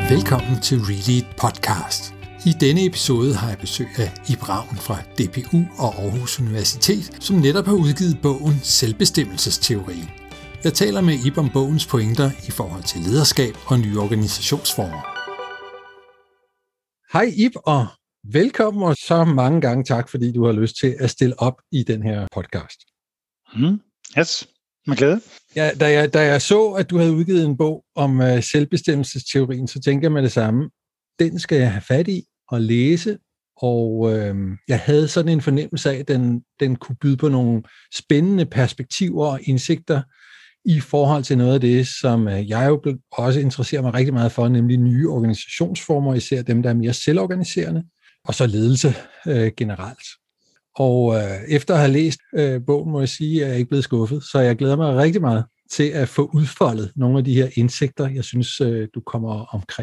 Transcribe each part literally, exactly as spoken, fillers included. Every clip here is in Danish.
Velkommen til Read Podcast. I denne episode har jeg besøg af Ib Ravn fra D P U og Aarhus Universitet, som netop har udgivet bogen Selvbestemmelsesteorien. Jeg taler med Ib om bogens pointer i forhold til lederskab og nye organisationsformer. Hej Ib, og velkommen, og så mange gange tak, fordi du har lyst til at stille op i den her podcast. Mm, yes, med glæde. Ja, da, jeg, da jeg så, at du havde udgivet en bog om uh, selvbestemmelsesteorien, så tænkte jeg med det samme, den skal jeg have fat i og læse, og øh, jeg havde sådan en fornemmelse af, at den, den kunne byde på nogle spændende perspektiver og indsigter i forhold til noget af det, som jeg jo også interesserer mig rigtig meget for, nemlig nye organisationsformer, især dem, der er mere selvorganiserende, og så ledelse øh, generelt. Og øh, efter at have læst øh, bogen, må jeg sige, at jeg ikke blevet skuffet, så jeg glæder mig rigtig meget til at få udfoldet nogle af de her indsigter, jeg synes, øh, du kommer omkring.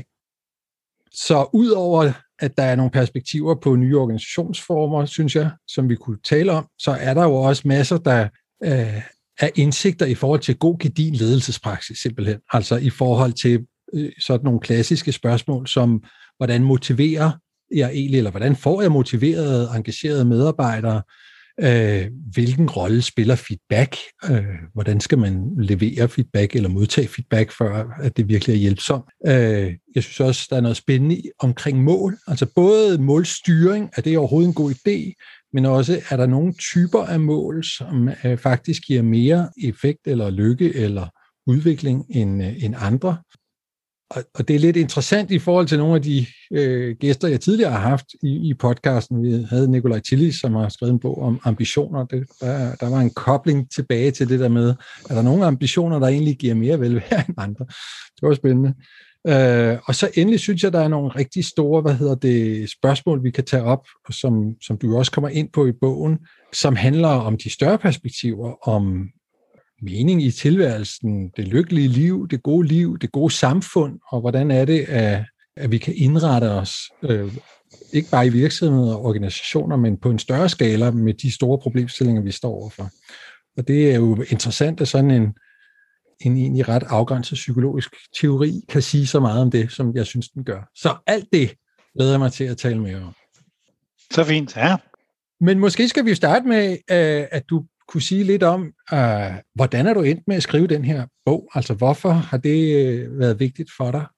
Så udover at der er nogle perspektiver på nye organisationsformer, synes jeg, som vi kunne tale om, så er der jo også masser, der øh, er indsigter i forhold til god gedin ledelsespraksis simpelthen. Altså i forhold til øh, sådan nogle klassiske spørgsmål, som hvordan motiverer jeg egentlig, eller hvordan får jeg motiverede, engagerede medarbejdere? Øh, hvilken rolle spiller feedback? Øh, hvordan skal man levere feedback eller modtage feedback, for at det virkelig er hjælpsomt? Øh, jeg synes også, der er noget spændende omkring mål. Altså både målstyring, er det overhovedet en god idé, men også er der nogle typer af mål, som øh, faktisk giver mere effekt eller lykke eller udvikling end, øh, end andre. Og, og det er lidt interessant i forhold til nogle af de øh, gæster, jeg tidligere har haft i, i podcasten. Vi havde Nikolaj Tillis, som har skrevet en bog om ambitioner. Det, der, der var en kobling tilbage til det der med, er der nogle ambitioner, der egentlig giver mere velvære end andre? Det var spændende. Øh, og så endelig synes jeg, der er nogle rigtig store, hvad hedder det, spørgsmål, vi kan tage op, som, som du også kommer ind på i bogen, som handler om de større perspektiver, om mening i tilværelsen, det lykkelige liv, det gode liv, det gode samfund, og hvordan er det, at, at vi kan indrette os, øh, ikke bare i virksomheder og organisationer, men på en større skala med de store problemstillinger, vi står overfor. Og det er jo interessant, at sådan en, en egentlig ret afgrænset psykologisk teori kan sige så meget om det, som jeg synes, den gør. Så alt det glæder jeg mig til at tale mere om. Så fint, ja. Men måske skal vi starte med, øh, at du kunne sige lidt om, øh, hvordan er du endt med at skrive den her bog? Altså, hvorfor har det øh, været vigtigt for dig?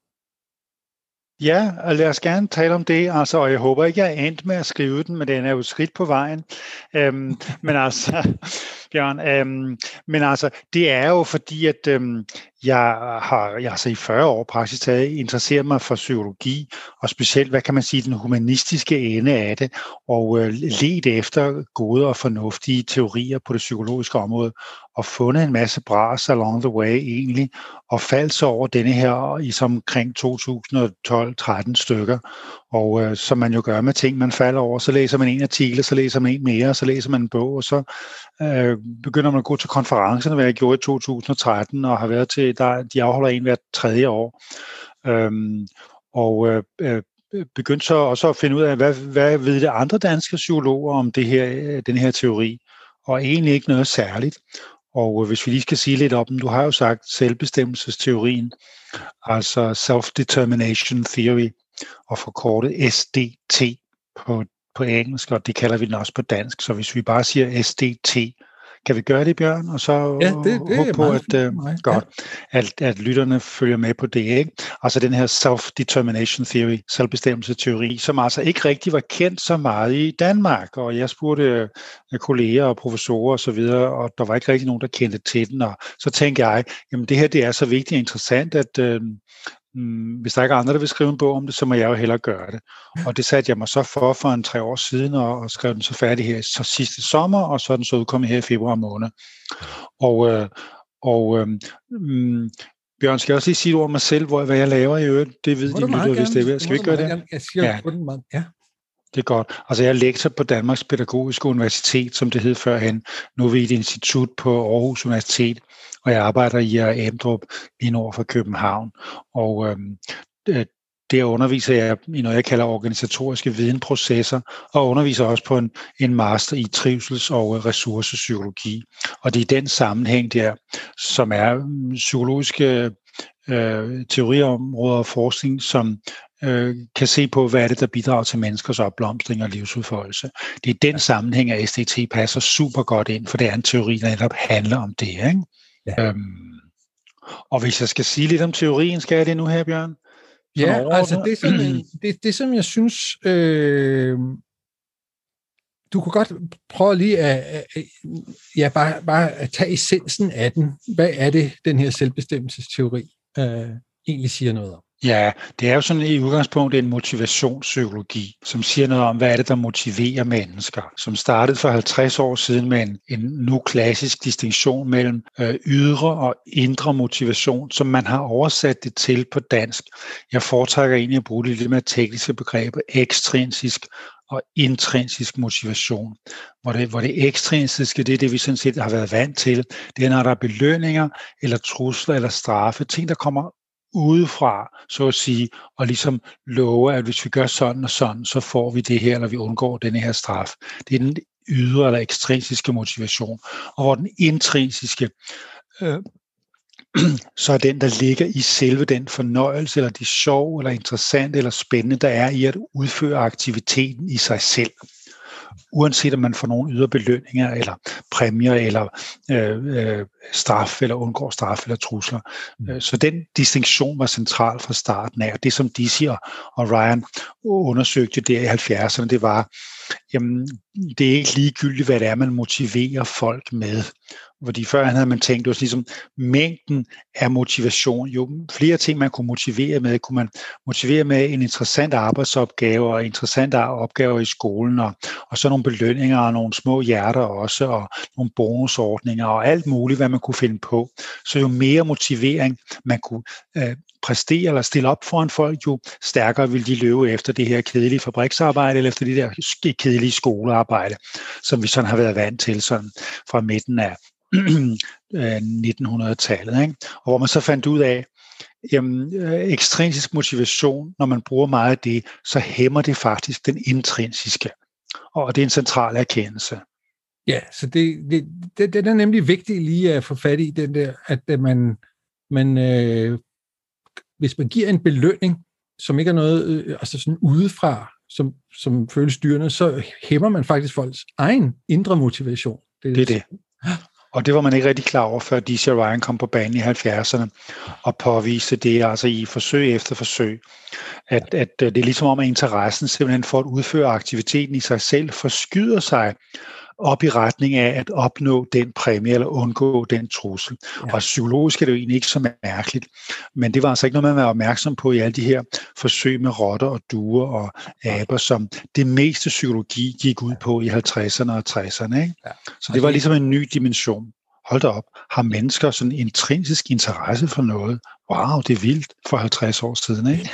Ja, og lad os gerne tale om det, altså, og jeg håber ikke, jeg er endt med at skrive den, men den er jo et skridt på vejen. Øhm, men altså, Bjørn, øhm, men altså, det er jo fordi, at øhm, jeg har jeg altså i fyrre år praktisk taget interesseret mig for psykologi, og specielt, hvad kan man sige, den humanistiske ende af det, og øh, ledt efter gode og fornuftige teorier på det psykologiske område, og fundet en masse bras along the way egentlig, og faldt så over denne her i som omkring to tusind og tolv tretten stykker, og øh, som man jo gør med ting, man falder over, så læser man en artikel, så læser man en mere, så læser man en bog, og så øh, begynder man at gå til konferencerne, hvad jeg gjorde i to tusind og tretten, og har været til, der, de afholder en hvert tredje år, øhm, og øh, begyndte så også at finde ud af, hvad, hvad ved det andre danske psykologer om det her, den her teori, og egentlig ikke noget særligt. Og hvis vi lige skal sige lidt om den, du har jo sagt selvbestemmelsesteorien, altså Self-Determination Theory, og forkortet S D T på, på engelsk, og det kalder vi den også på dansk. Så hvis vi bare siger S D T, kan vi gøre det, Bjørn? Og så ja, det, det håbe på, at, uh, godt, ja. at, at lytterne følger med på det. Ikke? Altså den her Self-Determination Theory, selvbestemmelsesteori, som altså ikke rigtig var kendt så meget i Danmark. Og jeg spurgte uh, kolleger og professorer og så videre, og der var ikke rigtig nogen, der kendte til den. Og så tænkte jeg, jamen det her det er så vigtigt og interessant, at uh, hvis der ikke er andre, der vil skrive en bog om det, så må jeg jo hellere gøre det. Og det satte jeg mig så for for en tre år siden, og, og skrev den så færdig her så sidste sommer, og så er den så udkommet her i februar måned. Og, øh, og øh, øh, Bjørn, skal jeg også lige sige et ord om mig selv, hvor, hvad jeg laver i øvrigt? Det ved de lytter, hvis det er. Skal vi ikke gøre det? Jeg siger ja. På den meget. Ja. Det er godt. Altså jeg er lektor på Danmarks Pædagogiske Universitet, som det hed førhen. Nu er vi et institut på Aarhus Universitet, og jeg arbejder i Amdrup lige nord for København. Og øhm, der underviser jeg i noget, jeg kalder organisatoriske videnprocesser, og underviser også på en, en master i trivsels- og ressourcepsykologi. Og det er den sammenhæng der, som er psykologiske øh, teoriområder og forskning, som øh, kan se på, hvad er det, der bidrager til menneskers opblomstring og livsudfoldelse. Det er den sammenhæng, at S D T passer super godt ind, for det er en teori, der netop handler om det. Ikke? Ja. Øhm, og hvis jeg skal sige lidt om teorien, skal jeg det nu her, Bjørn? Ja, altså det som, det, det, som jeg synes, øh, du kunne godt prøve lige at, at ja, bare, bare at tage essensen af den. Hvad er det, den her selvbestemmelsesteori øh, egentlig siger noget om? Ja, det er jo sådan i udgangspunktet en motivationspsykologi, som siger noget om, hvad er det, der motiverer mennesker, som startede for halvtreds år siden med en, en nu klassisk distinktion mellem øh, ydre og indre motivation, som man har oversat det til på dansk. Jeg foretrækker egentlig at bruge det lidt mere tekniske begreber, ekstrinsisk og intrinsisk motivation, hvor det, hvor det ekstrinsiske, det er det, vi sådan set har været vant til. Det er, når der er belønninger, eller trusler, eller straffe, ting, der kommer udefra, så at sige, og ligesom love, at hvis vi gør sådan og sådan, så får vi det her, eller vi undgår denne her straf. Det er den ydre eller ekstrinsiske motivation. Og hvor den intrinsiske, øh, så er den, der ligger i selve den fornøjelse, eller det sjov, eller interessant, eller spændende, der er i at udføre aktiviteten i sig selv. Uanset om man får nogle ydre belønninger, eller præmier, eller øh, øh, straf, eller undgår straf, eller trusler. Mm. Så den distinktion var central fra starten af. Og det, som Dizzy og, og Ryan undersøgte der i halvfjerdserne, det var, jamen, det er ikke ligegyldigt, hvad det er, man motiverer folk med. Fordi før havde man tænkt, det var ligesom mængden af motivation. Jo flere ting, man kunne motivere med, kunne man motivere med en interessant arbejdsopgave og interessante opgaver i skolen, og, og så nogle belønninger og nogle små hjerter også, og nogle bonusordninger og alt muligt, hvad man kunne finde på. Så jo mere motivering man kunne øh, præstere eller stille op foran folk, jo stærkere vil de løbe efter det her kedelige fabriksarbejde, eller efter det der kedelige skolearbejde, som vi sådan har været vant til sådan fra midten af nitten hundrede-tallet, ikke? Og hvor man så fandt ud af, jamen, ekstrinsisk motivation, når man bruger meget af det, så hæmmer det faktisk den intrinsiske. Og det er en central erkendelse. Ja, så det, det, det, det er nemlig vigtigt lige at få fat i, den der, at man, man øh, hvis man giver en belønning, som ikke er noget øh, altså sådan udefra, som, som føles styrende, så hæmmer man faktisk folks egen indre motivation. Det er det. det. Og det var man ikke rigtig klar over, før Dizzy og Ryan kom på banen i halvfjerdserne og påviste det altså i forsøg efter forsøg, at, at det er ligesom om, at interessen simpelthen for at udføre aktiviteten i sig selv forskyder sig op i retning af at opnå den præmie eller undgå den trussel. Ja. Og psykologisk er det jo egentlig ikke så mærkeligt, men det var altså ikke noget, man var opmærksom på i alle de her forsøg med rotter og duer og aber, som det meste psykologi gik ud på i halvtredserne og tresserne. Ikke? Ja. Så det var ligesom en ny dimension. Hold da op, har mennesker sådan en intrinsisk interesse for noget? Wow, det er vildt for halvtreds år siden, ikke?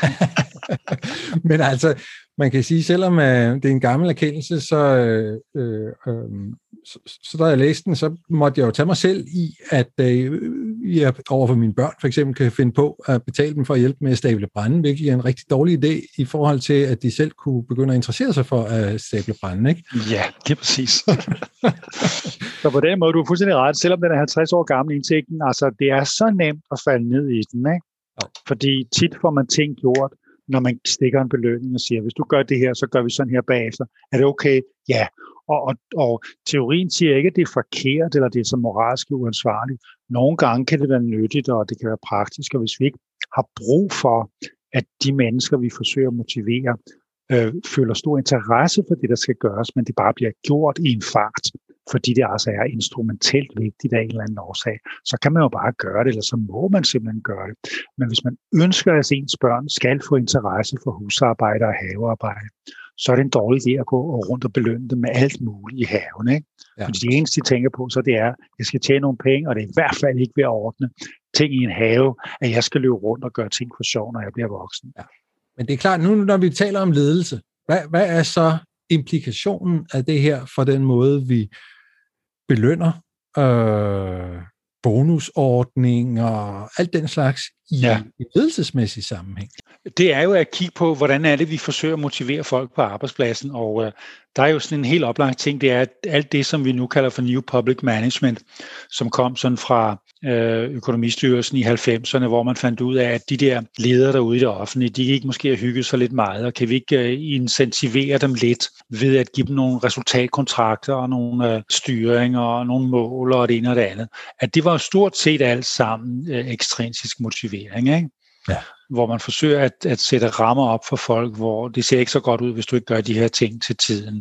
Men altså, man kan sige, selvom øh, det er en gammel erkendelse, så, øh, øh, så, så da jeg læste den, så måtte jeg jo tage mig selv i, at øh, jeg overfor mine børn for eksempel kan finde på at betale dem for at hjælpe med at stable brænde, hvilket er en rigtig dårlig idé i forhold til, at de selv kunne begynde at interessere sig for at stable brænde, ikke? Ja, det er præcis. Så på den måde, du er fuldstændig ret, selvom den er halvtreds år gammel indsigten, altså det er så nemt at falde ned i den, ikke? Ja. Fordi tit får man ting gjort, når man stikker en belønning og siger, hvis du gør det her, så gør vi sådan her bagefter. Er det okay? Ja. Og, og, og teorien siger ikke, at det er forkert, eller det er så moralsk uansvarligt. Nogle gange kan det være nyttigt, og det kan være praktisk, og hvis vi ikke har brug for, at de mennesker, vi forsøger at motivere, øh, føler stor interesse for det, der skal gøres, men det bare bliver gjort i en fart, fordi det altså er instrumentelt vigtigt af en eller anden årsag, så kan man jo bare gøre det, eller så må man simpelthen gøre det. Men hvis man ønsker, at ens børn skal få interesse for husarbejde og havearbejde, så er det en dårlig idé at gå rundt og belønne dem med alt muligt i haven. Ikke? Ja. Fordi det eneste, de tænker på, så det er, at jeg skal tjene nogle penge, og det er i hvert fald ikke ved at ordne ting i en have, at jeg skal løbe rundt og gøre ting for sjov, når jeg bliver voksen. Ja. Men det er klart, nu når vi taler om ledelse, hvad, hvad er så implikationen af det her for den måde, vi belønner, øh, bonusordning og alt den slags i Ja. en ledelsesmæssig sammenhæng. Det er jo at kigge på, hvordan er det, vi forsøger at motivere folk på arbejdspladsen, og øh, der er jo sådan en helt oplagt ting, det er at alt det, som vi nu kalder for New Public Management, som kom sådan fra øh, Økonomistyrelsen i halvfemserne, hvor man fandt ud af, at de der ledere derude i det offentlige, de ikke måske har hygget sig lidt meget, og kan vi ikke øh, incentivere dem lidt ved at give dem nogle resultatkontrakter og nogle øh, styringer og nogle mål og det ene og det andet. At det var jo stort set alt sammen øh, ekstrinsisk motivering, ikke? Ja. Hvor man forsøger at, at sætte rammer op for folk, hvor det ser ikke så godt ud, hvis du ikke gør de her ting til tiden.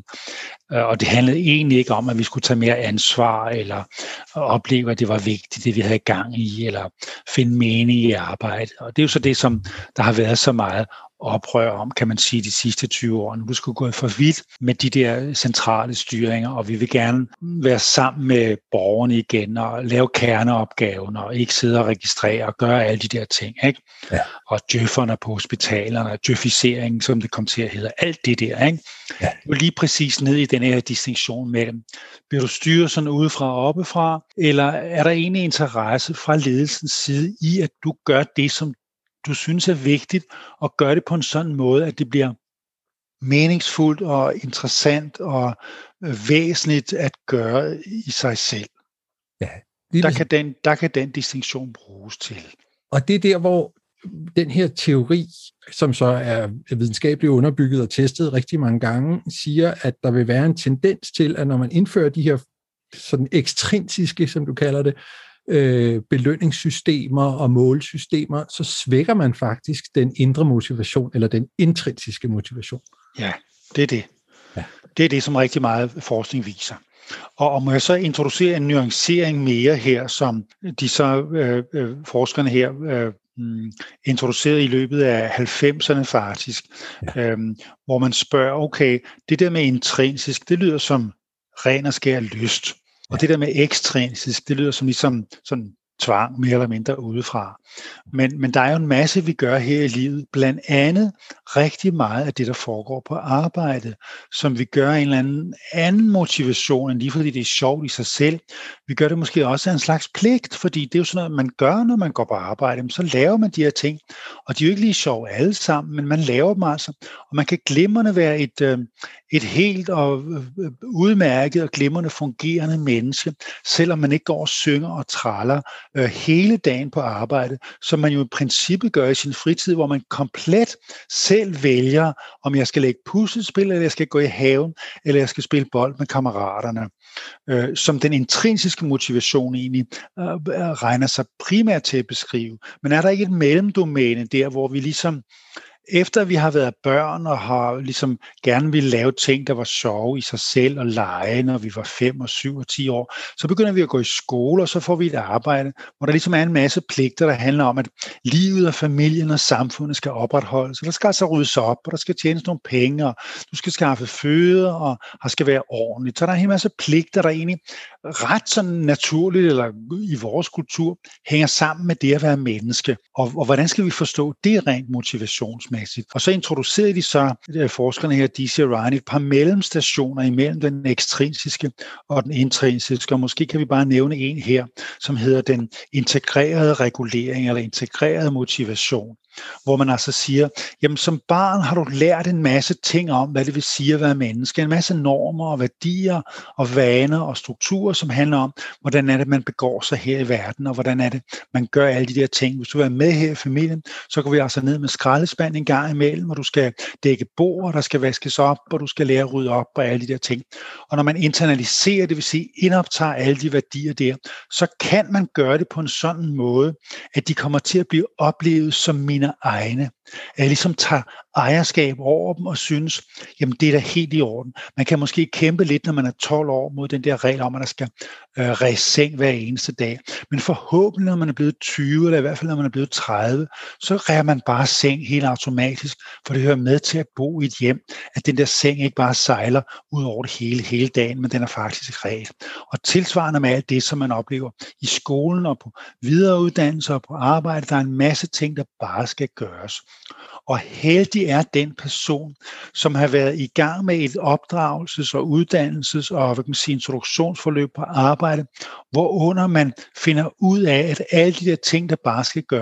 Og det handlede egentlig ikke om, at vi skulle tage mere ansvar, eller opleve, at det var vigtigt, det vi havde gang i, eller finde mening i arbejdet. Og det er jo så det, som der har været så meget oprør om, kan man sige, de sidste tyve år. Nu skulle gå for vidt med de der centrale styringer, og vi vil gerne være sammen med borgerne igen og lave kerneopgaven og ikke sidde og registrere og gøre alle de der ting, ikke? Ja. Og djøfferne på hospitalerne, djøffiseringen, som det kom til at hedde, alt det der, ikke? Ja. Nu lige præcis ned i den her distinktion mellem, vil du styre sådan udefra og oppefra, eller er der egentlig interesse fra ledelsens side i, at du gør det, som du synes er vigtigt, og gør det på en sådan måde, at det bliver meningsfuldt og interessant og væsentligt at gøre i sig selv. Ja, der, kan den, der kan den distinktion bruges til. Og det er der, hvor den her teori, som så er videnskabeligt underbygget og testet rigtig mange gange, siger, at der vil være en tendens til, at når man indfører de her sådan ekstrinsiske, som du kalder det, øh, belønningssystemer og målsystemer, så svækker man faktisk den indre motivation, eller den intrinsiske motivation. Ja, det er det. Ja. Det er det, som rigtig meget forskning viser. Og, og må jeg så introducere en nuancering mere her, som de så øh, øh, forskerne her øh, introduceret i løbet af halvfemserne faktisk, ja. øhm, hvor man spørger, okay, det der med intrinsisk, det lyder som ren og skær lyst, og ja. det der med ekstrinsisk, det lyder som ligesom sådan tvang, mere eller mindre udefra. Men, men der er jo en masse, vi gør her i livet, blandt andet rigtig meget af det, der foregår på arbejde, som vi gør en eller anden anden motivation, end lige fordi det er sjovt i sig selv. Vi gør det måske også af en slags pligt, fordi det er jo sådan noget, man gør, når man går på arbejde. Så laver man de her ting, og de er jo ikke lige sjove alle sammen, men man laver dem altså. Og man kan glimrende være et, et helt og udmærket og glimrende fungerende menneske, selvom man ikke går og synger og traller øh, hele dagen på arbejde, som man jo i princippet gør i sin fritid, hvor man komplet selv vælger, om jeg skal lægge puslespil, eller jeg skal gå i haven, eller jeg skal spille bold med kammeraterne. Øh, som den intrinsiske motivation egentlig øh, regner sig primært til at beskrive. Men er der ikke et mellemdomæne der, hvor vi ligesom efter vi har været børn og har ligesom gerne ville lave ting, der var sjove i sig selv og lege, når vi var fem og syv og ti år, så begynder vi at gå i skole, og så får vi et arbejde, hvor der ligesom er en masse pligter, der handler om, at livet og familien og samfundet skal opretholdes. Så der skal altså ryddes op, og der skal tjenes nogle penge, og du skal skaffe føde, og der skal være ordentligt. Så der er en hel masse pligter, der egentlig ret sådan naturligt, eller i vores kultur, hænger sammen med det at være menneske. Og, og hvordan skal vi forstå det rent motivationsmæssigt? Og så introducerede de så, de forskerne her, D C og Ryan, et par mellemstationer imellem den ekstrinsiske og den intrinsiske, og måske kan vi bare nævne en her, som hedder den integrerede regulering, eller integrerede motivation. Hvor man altså siger, jamen som barn har du lært en masse ting om, hvad det vil sige at være menneske, en masse normer og værdier og vaner og strukturer, som handler om, hvordan er det, man begår sig her i verden, og hvordan er det, man gør alle de der ting. Hvis du er med her i familien, så går vi altså ned med skraldespand en gang imellem, og du skal dække bord, der skal vaskes op, og du skal lære at rydde op og alle de der ting. Og når man internaliserer, det vil sige indoptager alle de værdier der, så kan man gøre det på en sådan måde, at de kommer til at blive oplevet som mine egne. At jeg ligesom tager ejerskab over dem og synes, jamen det er da helt i orden. Man kan måske kæmpe lidt, når man er tolv år, mod den der regel om, at der skal øh, ræse seng hver eneste dag. Men forhåbentlig, når man er blevet tyve, eller i hvert fald når man er blevet tredive, så rærer man bare seng helt automatisk, for det hører med til at bo i et hjem, at den der seng ikke bare sejler ud over det hele, hele dagen, men den er faktisk ret. Og tilsvarende med alt det, som man oplever i skolen og på videreuddannelse og på arbejde, der er en masse ting, der bare skal gøres. Og heldig er den person, som har været i gang med et opdragelses- og uddannelses- og hvad kan man sige, introduktionsforløb på arbejde, hvorunder man finder ud af, at alle de der ting, der bare skal gøres,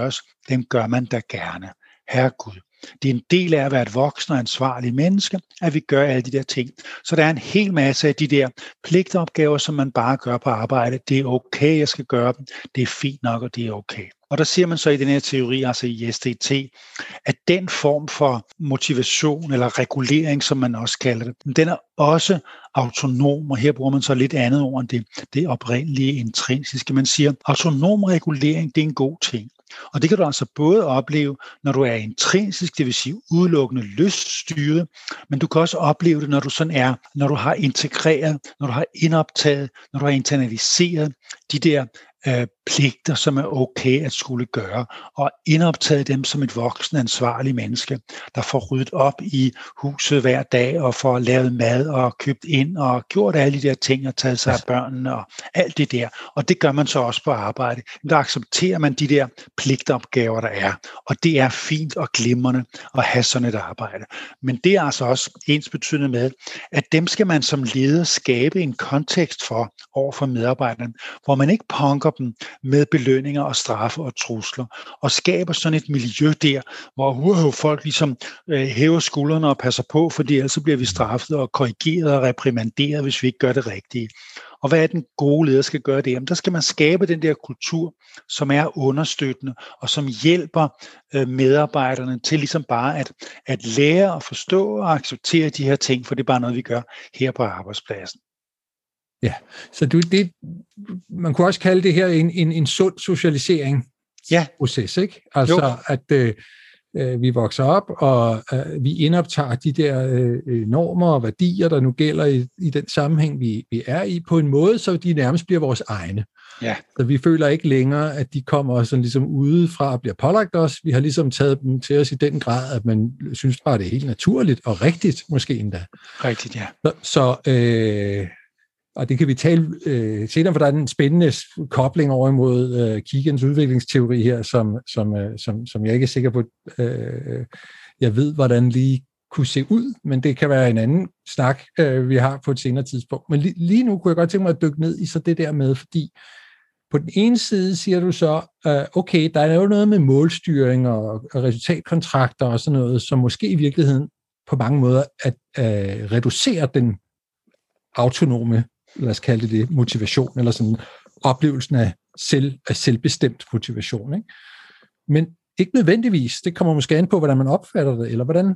dem gør man da gerne. Herregud. Det er en del af at være et voksen og ansvarlig menneske, at vi gør alle de der ting. Så der er en hel masse af de der pligtopgaver, som man bare gør på arbejde. Det er okay, jeg skal gøre dem. Det er fint nok, og det er okay. Og der siger man så i den her teori, altså i S D T, at den form for motivation eller regulering, som man også kalder det, den er også autonom, og her bruger man så lidt andet ord end det, det oprindelige intrinsiske. Man siger, autonom regulering, det er en god ting. Og det kan du altså både opleve, når du er intrinsisk, det vil sige udelukkende lyststyret, men du kan også opleve det, når du sådan er, når du har integreret, når du har indoptaget, når du har internaliseret de der øh, pligter, som er okay at skulle gøre, og indoptaget dem som et voksen ansvarlig menneske, der får ryddet op i huset hver dag og får lavet mad og købt ind og gjort alle de der ting og taget sig af børnene og alt det der. Og det gør man så også på arbejde. Der accepterer man de der pligtopgaver, der er, og det er fint og glimrende at have sådan et arbejde. Men det er altså også ensbetydende med, at dem skal man som leder skabe en kontekst for over for medarbejderne, hvor man ikke punker dem med belønninger og straffe og trusler, og skaber sådan et miljø der, hvor wow, folk ligesom øh, hæver skuldrene og passer på, fordi ellers så bliver vi straffet og korrigeret og reprimanderet, hvis vi ikke gør det rigtige. Og hvad er den gode leder skal gøre det? Jamen, der skal man skabe den der kultur, som er understøttende, og som hjælper øh, medarbejderne til ligesom bare at, at lære og forstå og acceptere de her ting, for det er bare noget, vi gør her på arbejdspladsen. Ja, så du, det, man kunne også kalde det her en, en, en sund socialisering ja. proces, ikke? Altså, jo. at øh, vi vokser op, og øh, vi indoptager de der øh, normer og værdier, der nu gælder i, i den sammenhæng, vi, vi er i, på en måde, så de nærmest bliver vores egne. Ja. Så vi føler ikke længere, at de kommer sådan ligesom udefra og bliver pålagt os. Vi har ligesom taget dem til os i den grad, at man synes bare, det er helt naturligt og rigtigt, måske endda. Rigtigt, ja. Så, så øh, og det kan vi tale øh, senere, for der er en spændende kobling over imod øh, Keegans udviklingsteori her, som, som, øh, som, som jeg ikke er sikker på, øh, jeg ved, hvordan lige kunne se ud, men det kan være en anden snak, øh, vi har på et senere tidspunkt. Men li- lige nu kunne jeg godt tænke mig at dykke ned i så det der med, fordi på den ene side siger du så, øh, okay, der er jo noget med målstyring og, og resultatkontrakter og sådan noget, som måske i virkeligheden på mange måder at øh, reducere den autonome, lad os kalde det, det motivation, eller sådan oplevelsen af, selv, af selvbestemt motivation. Ikke? Men ikke nødvendigvis. Det kommer måske an på, hvordan man opfatter det, eller hvordan,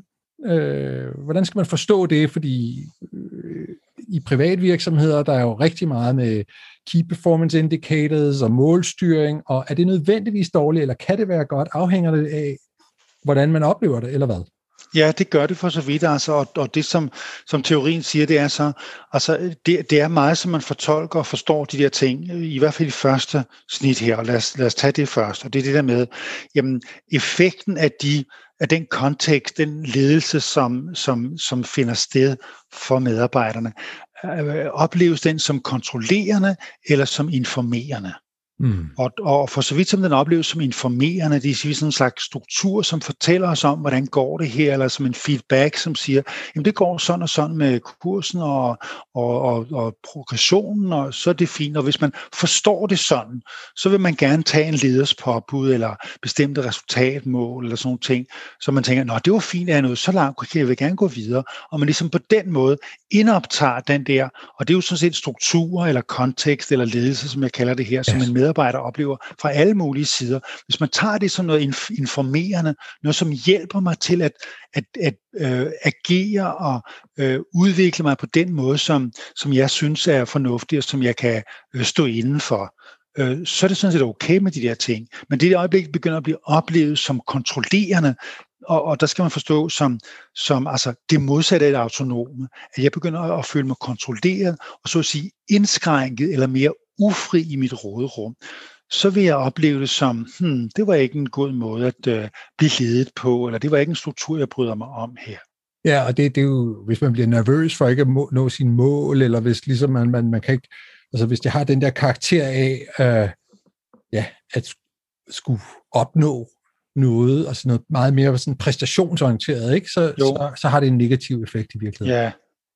øh, hvordan skal man forstå det, fordi øh, i privatvirksomheder, der er jo rigtig meget med key performance indicators og målstyring, og er det nødvendigvis dårligt, eller kan det være godt? Afhænger det af, hvordan man oplever det, eller hvad? Ja, det gør det for så vidt, altså, og, og det som, som teorien siger, det er så, altså, det, det er meget, som man fortolker og forstår de der ting, i hvert fald i første snit her, og lad os, lad os tage det først, og det er det der med, jamen, effekten af, de, af den kontekst, den ledelse, som, som, som finder sted for medarbejderne, øh, opleves den som kontrollerende eller som informerende. Mm. Og, og for så vidt som den opleves som informerende, det er sådan en slags struktur, som fortæller os om, hvordan går det her, eller som en feedback, som siger, jamen det går sådan og sådan med kursen og, og, og, og progressionen, og så er det fint. Og hvis man forstår det sådan, så vil man gerne tage en leders påbud, eller bestemte resultatmål, eller sådan nogle ting, så man tænker, nå, det var fint, at jeg nåede så langt, jeg vil gerne gå videre. Og man ligesom på den måde indoptager den der, og det er jo sådan set strukturer, eller kontekst, eller ledelse, som jeg kalder det her, som en medarbejdere oplever fra alle mulige sider. Hvis man tager det som noget informerende, noget som hjælper mig til at, at, at øh, agere og øh, udvikle mig på den måde, som, som jeg synes er fornuftig, og som jeg kan øh, stå inden for, øh, så er det sådan set okay med de der ting. Men det i øjeblikket begynder at blive oplevet som kontrollerende, og, og der skal man forstå som, som altså det modsatte af det autonome, at jeg begynder at føle mig kontrolleret, og så at sige indskrænket eller mere ufri i mit råderum, så vil jeg opleve det som, hmm, det var ikke en god måde at øh, blive ledet på, eller det var ikke en struktur, jeg bryder mig om her. Ja, og det, det er jo, hvis man bliver nervøs for ikke at må, nå sine mål, eller hvis ligesom man, man, man kan ikke, altså hvis det har den der karakter af, øh, ja, at skulle opnå noget, og sådan noget meget mere sådan præstationsorienteret, ikke? Så, så, så har det en negativ effekt i virkeligheden. Ja.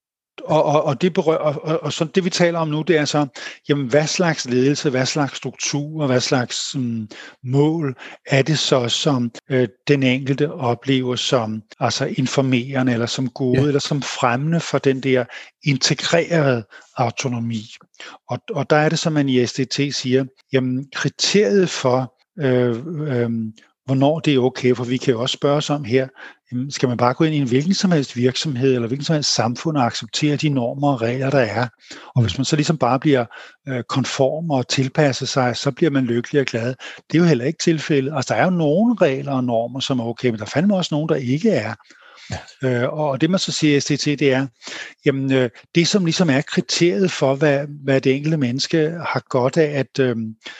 og, og, og, det berør, og, og, og så det vi taler om nu, det er så, jamen hvad slags ledelse, hvad slags struktur, hvad slags um, mål er det så, som øh, den enkelte oplever som altså informerende, eller som gode, ja. Eller som fremmende for den der integrerede autonomi. Og, og der er det, som man i S D T siger, jamen kriteriet for øh, øh, hvornår det er okay, for vi kan jo også spørge os om her, skal man bare gå ind i en hvilken som helst virksomhed, eller hvilken som helst samfund og acceptere de normer og regler, der er. Og hvis man så ligesom bare bliver øh, konform og tilpasser sig, så bliver man lykkelig og glad. Det er jo heller ikke tilfældet. Altså, der er jo nogle regler og normer, som er okay, men der er fandme også nogle, der ikke er. Ja. Øh, og det man så siger i S D T, det er, jamen, øh, det som ligesom er kriteriet for, hvad, hvad det enkelte menneske har godt af at, øh,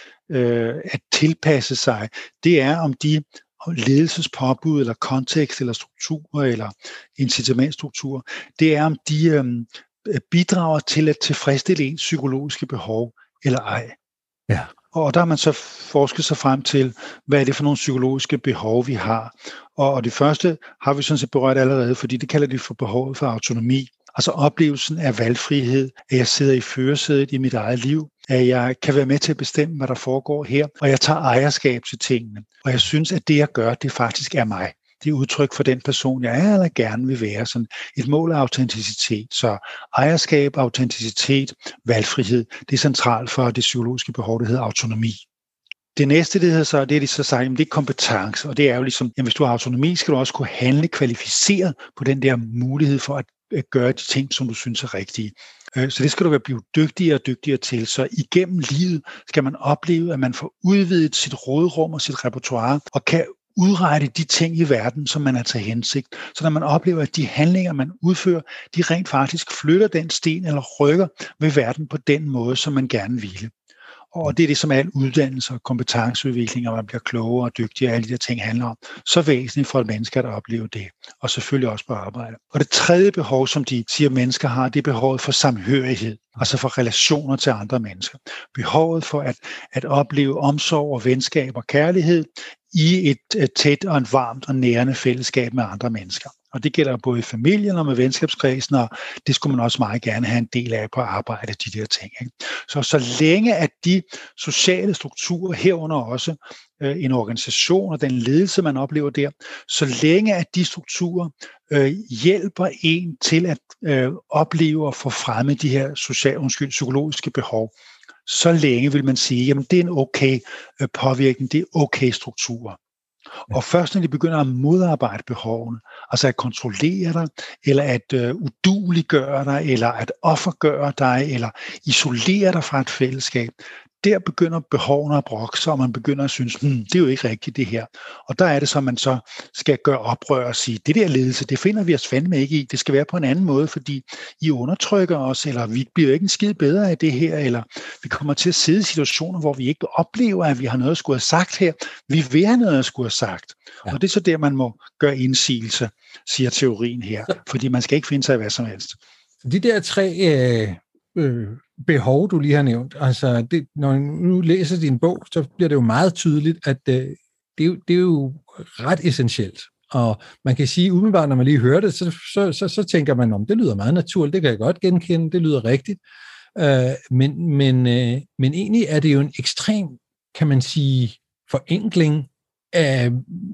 øh, at tilpasse sig, det er om de ledelsespåbud, eller kontekst, eller strukturer, eller incitamentstrukturer, det er om de øh, bidrager til at tilfredsstille ens psykologiske behov, eller ej. Ja. Og der har man så forsket sig frem til, hvad er det for nogle psykologiske behov, vi har. Og, og det første har vi sådan set berørt allerede, fordi det kalder de for behovet for autonomi. Altså oplevelsen af valgfrihed, at jeg sidder i førersædet i mit eget liv, at jeg kan være med til at bestemme, hvad der foregår her, og jeg tager ejerskab til tingene. Og jeg synes, at det, jeg gør, det faktisk er mig. Det er udtryk for den person, jeg er eller gerne vil være. Sådan et mål af autenticitet. Så ejerskab, autenticitet, valgfrihed, det er centralt for det psykologiske behov, der hedder autonomi. Det næste, det hedder så, det er de så sagt, det er kompetence, og det er jo ligesom, jamen, hvis du har autonomi, skal du også kunne handle kvalificeret på den der mulighed for at gøre de ting, som du synes er rigtige. Så det skal du være blive dygtigere og dygtigere til. Så igennem livet skal man opleve, at man får udvidet sit råderum og sit repertoire, og kan udrette de ting i verden, som man er til hensigt. Så når man oplever, at de handlinger, man udfører, de rent faktisk flytter den sten eller rykker ved verden på den måde, som man gerne ville. Og det er det, som al uddannelse og kompetenceudvikling, og man bliver klogere og dygtigere, og alle de der ting handler om. Så væsentligt for et menneske at opleve det, og selvfølgelig også på arbejde. Og det tredje behov, som de siger, mennesker har, det er behovet for samhørighed, altså for relationer til andre mennesker. Behovet for at, at opleve omsorg og venskab og kærlighed i et, et tæt og et varmt og nærende fællesskab med andre mennesker. Og det gælder både i familien og med venskabskredsen, og det skulle man også meget gerne have en del af på arbejde, de der ting. Ikke? Så så længe at de sociale strukturer, herunder også øh, en organisation og den ledelse, man oplever der, så længe at de strukturer øh, hjælper en til at øh, opleve og få fremme de her sociale, undskyld, psykologiske behov, så længe vil man sige, jamen det er en okay øh, påvirkning, det er okay strukturer. Og først når de begynder at modarbejde behovene, altså at kontrollere dig, eller at øh, uduliggøre dig, eller at offergøre dig, eller isolere dig fra et fællesskab, der begynder behovene at brokke sig, og man begynder at synes, hm, det er jo ikke rigtigt det her. Og der er det så, at man så skal gøre oprør og sige, det der ledelse, det finder vi os fandme ikke i. Det skal være på en anden måde, fordi I undertrykker os, eller vi bliver ikke en skid bedre af det her, eller vi kommer til at sidde i situationer, hvor vi ikke oplever, at vi har noget at skulle have sagt her. Vi vil have noget at skulle have sagt. Ja. Og det er så der, man må gøre indsigelse, siger teorien her, fordi man skal ikke finde sig i hvad som helst. De der tre øh, øh, behov, du lige har nævnt, altså det, når du nu læser din bog, så bliver det jo meget tydeligt, at øh, det, er jo, det er jo ret essentielt. Og man kan sige, umiddelbart, når man lige hører det, så, så, så, så tænker man, om det lyder meget naturligt, det kan jeg godt genkende, det lyder rigtigt. Øh, men, men, øh, men egentlig er det jo en ekstrem, kan man sige, forenkling af,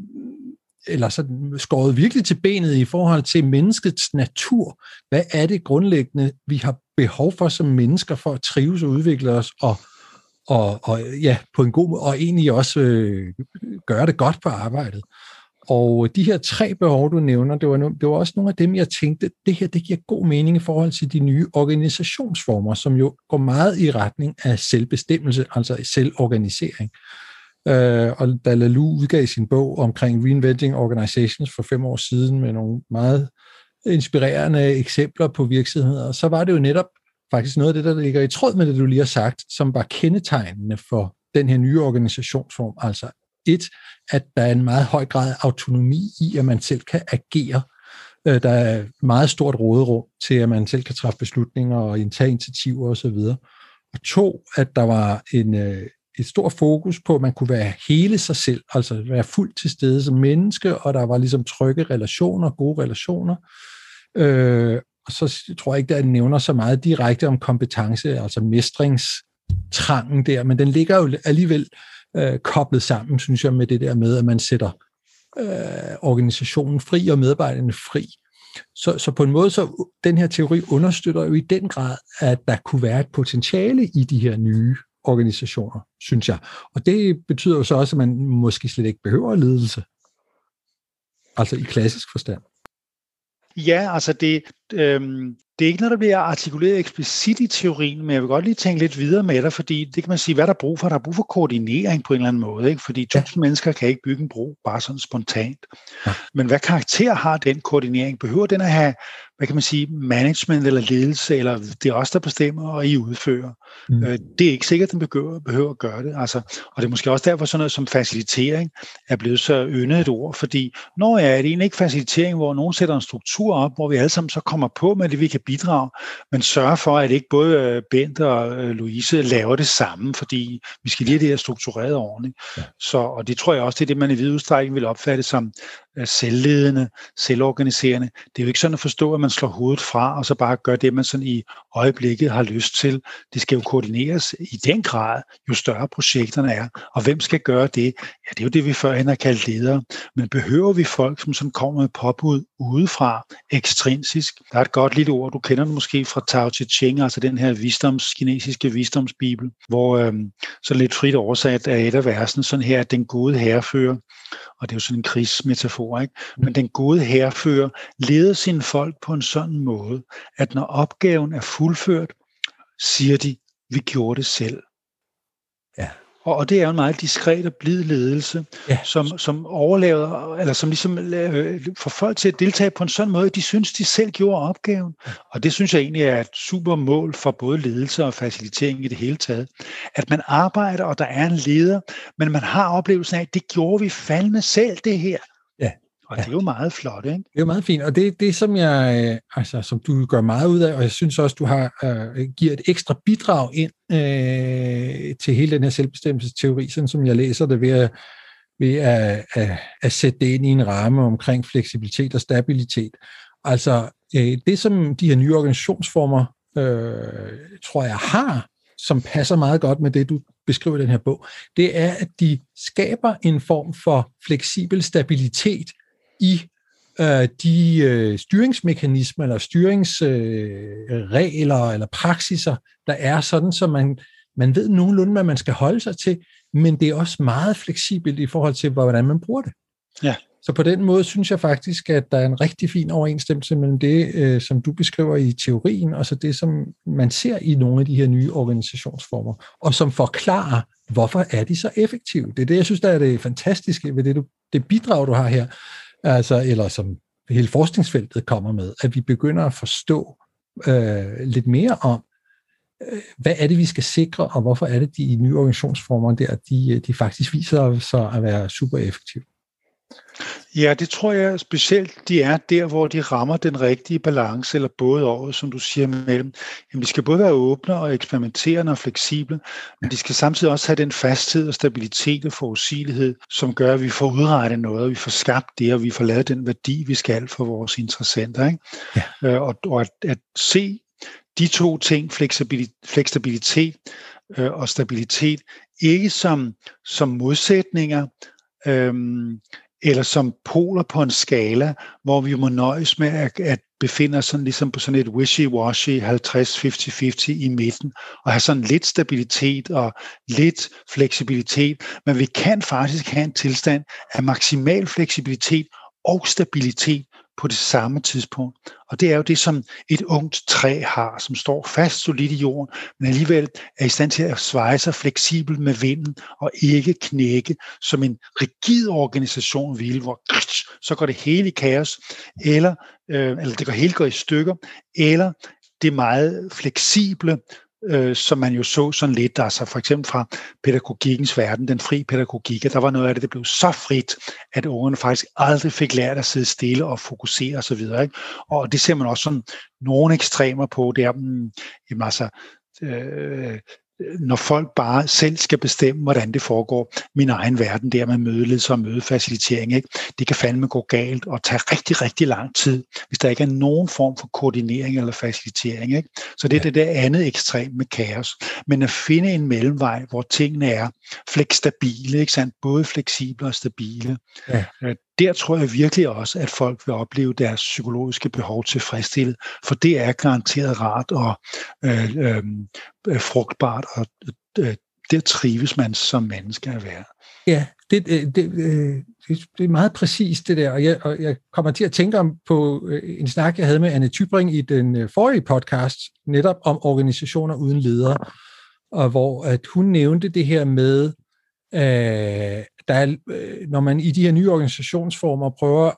eller så skåret virkelig til benet i forhold til menneskets natur. Hvad er det grundlæggende, vi har behov for som mennesker for at trives og udvikle os og, og, og ja, på en god måde, og egentlig også øh, gøre det godt på arbejdet. Og de her tre behov, du nævner, det var, no, det var også nogle af dem, jeg tænkte, det her det giver god mening i forhold til de nye organisationsformer, som jo går meget i retning af selvbestemmelse, altså selvorganisering. Uh, og da Laloux udgav sin bog omkring Reinventing Organizations for fem år siden med nogle meget inspirerende eksempler på virksomheder, så var det jo netop faktisk noget af det, der ligger i tråd med det, du lige har sagt, som var kendetegnende for den her nye organisationsform. Altså et, at der er en meget høj grad af autonomi i, at man selv kan agere. Uh, der er meget stort råderum til, at man selv kan træffe beslutninger og indtage initiativer osv. Og to, at der var en uh, et stort fokus på, at man kunne være hele sig selv, altså være fuldt til stede som menneske, og der var ligesom trygge relationer, gode relationer. Øh, og så tror jeg ikke, at den nævner så meget direkte om kompetence, altså mestringstrangen der, men den ligger jo alligevel øh, koblet sammen, synes jeg, med det der med, at man sætter øh, organisationen fri og medarbejderne fri. Så, så på en måde, så den her teori understøtter jo i den grad, at der kunne være et potentiale i de her nye organisationer, synes jeg. Og det betyder jo så også, at man måske slet ikke behøver ledelse. Altså i klassisk forstand. Ja, altså det, øhm, det er ikke noget, der bliver artikuleret eksplicit i teorien, men jeg vil godt lige tænke lidt videre med dig, fordi det kan man sige, hvad der er brug for. Der er brug for koordinering på en eller anden måde, ikke? Fordi tusind ja. mennesker kan ikke bygge en bro bare sådan spontant. Ja. Men hvad karakter har den koordinering? Behøver den at have, hvad kan man sige, management eller ledelse, eller det er os, der bestemmer, og I udfører? Mm. Øh, det er ikke sikkert, at den behøver, behøver at gøre det. Altså, og det er måske også derfor sådan noget som facilitering er blevet så yndet et ord, fordi når jeg er det egentlig ikke facilitering, hvor nogen sætter en struktur op, hvor vi alle sammen så kommer på med det, vi kan bidrage, men sørger for, at ikke både Bent og Louise laver det samme, fordi vi skal lige have det her struktureret ordentligt. Ja. Så, og det tror jeg også, det er det, man i vid udstrækning vil opfatte som selvledende, selvorganiserende. Det er jo ikke sådan at forstå, at man slår hovedet fra, og så bare gør det, man sådan i øjeblikket har lyst til. Det skal jo koordineres i den grad, jo større projekterne er. Og hvem skal gøre det? Ja, det er jo det, vi førhen har kaldt ledere. Men behøver vi folk, som sådan kommer med påbud udefra, ekstrinsisk? Der er et godt lille ord, du kender det måske fra Tao Te Ching, altså den her visdoms, kinesiske visdomsbibel, hvor øhm, så lidt frit oversat er et af versen sådan her, at den gode hærfører, og det er jo sådan en krigsmetafor, ikke? Men den gode hærfører leder sine folk på en sådan måde, at når opgaven er fuldført, siger de, vi gjorde det selv. Ja. Og, og det er jo en meget diskret og blid ledelse, ja. som, som overlader, eller som ligesom øh, får folk til at deltage på en sådan måde, at de synes, de selv gjorde opgaven. Ja. Og det synes jeg egentlig er et super mål for både ledelse og facilitering i det hele taget. At man arbejder, og der er en leder, men man har oplevelsen af, at det gjorde vi fandme selv, det her. Ja. Og det er jo meget flot, ikke? Det er jo meget fint, og det er det, som jeg, altså, som du gør meget ud af, og jeg synes også, du har øh, giver et ekstra bidrag ind øh, til hele den her selvbestemmelsesteori, sådan som jeg læser det ved at, ved at, at, at sætte det ind i en ramme omkring fleksibilitet og stabilitet. Altså øh, det, som de her nye organisationsformer, øh, tror jeg, har, som passer meget godt med det, du beskriver i den her bog, det er, at de skaber en form for fleksibel stabilitet i øh, de øh, styringsmekanismer eller styringsregler øh, eller praksiser, der er sådan, så man, man ved nogenlunde, hvad man skal holde sig til, men det er også meget fleksibelt i forhold til, hvordan man bruger det. Ja. Så på den måde synes jeg faktisk, at der er en rigtig fin overensstemmelse mellem det, øh, som du beskriver i teorien, og så det, som man ser i nogle af de her nye organisationsformer, og som forklarer, hvorfor er de så effektive. Det er det, jeg synes, der er det fantastiske ved det, du, det bidrag, du har her, altså, eller som hele forskningsfeltet kommer med, at vi begynder at forstå øh, lidt mere om, øh, hvad er det, vi skal sikre, og hvorfor er det, de nye organisationsformer der, de, de faktisk viser sig at være super effektive. Ja, det tror jeg specielt, de er der, hvor de rammer den rigtige balance, eller både over, som du siger, mellem. Jamen, de skal både være åbne og eksperimenterende og fleksible, men de skal samtidig også have den fasthed og stabilitet og forudsigelighed, som gør, at vi får udrettet noget, og vi får skabt det, og vi får lavet den værdi, vi skal for vores interessenter. Ikke? Ja. Øh, og og at, at se de to ting, fleksibilitet øh, og stabilitet, ikke som, som modsætninger, øhm, eller som poler på en skala, hvor vi må nøjes med at, at befinde os sådan, ligesom på sådan et wishy-washy halvtreds halvtreds halvtreds i midten, og have sådan lidt stabilitet og lidt fleksibilitet, men vi kan faktisk have en tilstand af maksimal fleksibilitet og stabilitet på det samme tidspunkt. Og det er jo det, som et ungt træ har, som står fast solidt i jorden, men alligevel er i stand til at sveje sig fleksibel med vinden og ikke knække, som en rigid organisation vil, hvor så går det hele i kaos, eller, øh, eller det går hele går i stykker, eller det meget fleksible, øh, som man jo så sådan lidt, altså for eksempel fra pædagogikkens verden, den fri pædagogik, der var noget af det, der blev så frit, at ungerne faktisk aldrig fik lært at sidde stille og fokusere osv. Ikke? Og det ser man også sådan nogle ekstremer på, det er, mm, jamen altså, øh, når folk bare selv skal bestemme, hvordan det foregår. Min egen verden der med mødeledelse og mødefacilitering, ikke? Det kan fandme gå galt og tage rigtig, rigtig lang tid, hvis der ikke er nogen form for koordinering eller facilitering. Ikke? Så det er ja. det der andet ekstrem med kaos. Men at finde en mellemvej, hvor tingene er flekstabile, ikke sandt? Både fleksible og stabile. Ja. Der tror jeg virkelig også, at folk vil opleve deres psykologiske behov tilfredsstillet, for det er garanteret rart og øh, øh, frugtbart, og øh, der trives man som menneske at være. Ja, det, det, det, det er meget præcist det der, og jeg, og jeg kommer til at tænke om på en snak, jeg havde med Anne Tybring i den forrige podcast, netop om organisationer uden ledere, og hvor at hun nævnte det her med, øh, der er, når man i de her nye organisationsformer prøver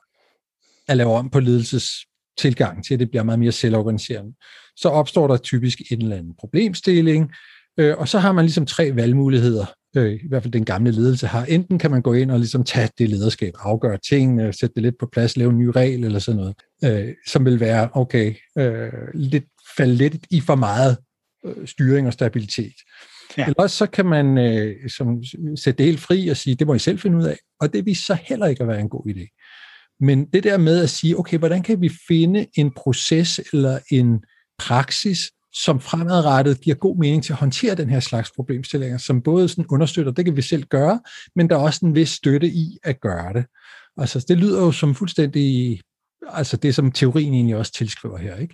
at lave om på ledelsestilgang til, at det bliver meget mere selvorganiserende, så opstår der typisk en eller anden problemstilling, øh, og så har man ligesom tre valgmuligheder, øh, i hvert fald den gamle ledelse har. Enten kan man gå ind og ligesom tage det lederskab, afgøre ting, øh, sætte det lidt på plads, lave en ny regel eller sådan noget, øh, som vil være, okay, øh, lidt, falde lidt i for meget øh, styring og stabilitet. Ja. Eller også så kan man øh, som, sætte det helt fri og sige, det må I selv finde ud af, og det viser så heller ikke at være en god idé. Men det der med at sige, okay, hvordan kan vi finde en proces eller en praksis, som fremadrettet giver god mening til at håndtere den her slags problemstillinger, som både sådan understøtter, det kan vi selv gøre, men der er også en vis støtte i at gøre det. Altså, det lyder jo som fuldstændig, altså det som teorien egentlig også tilskriver her, ikke?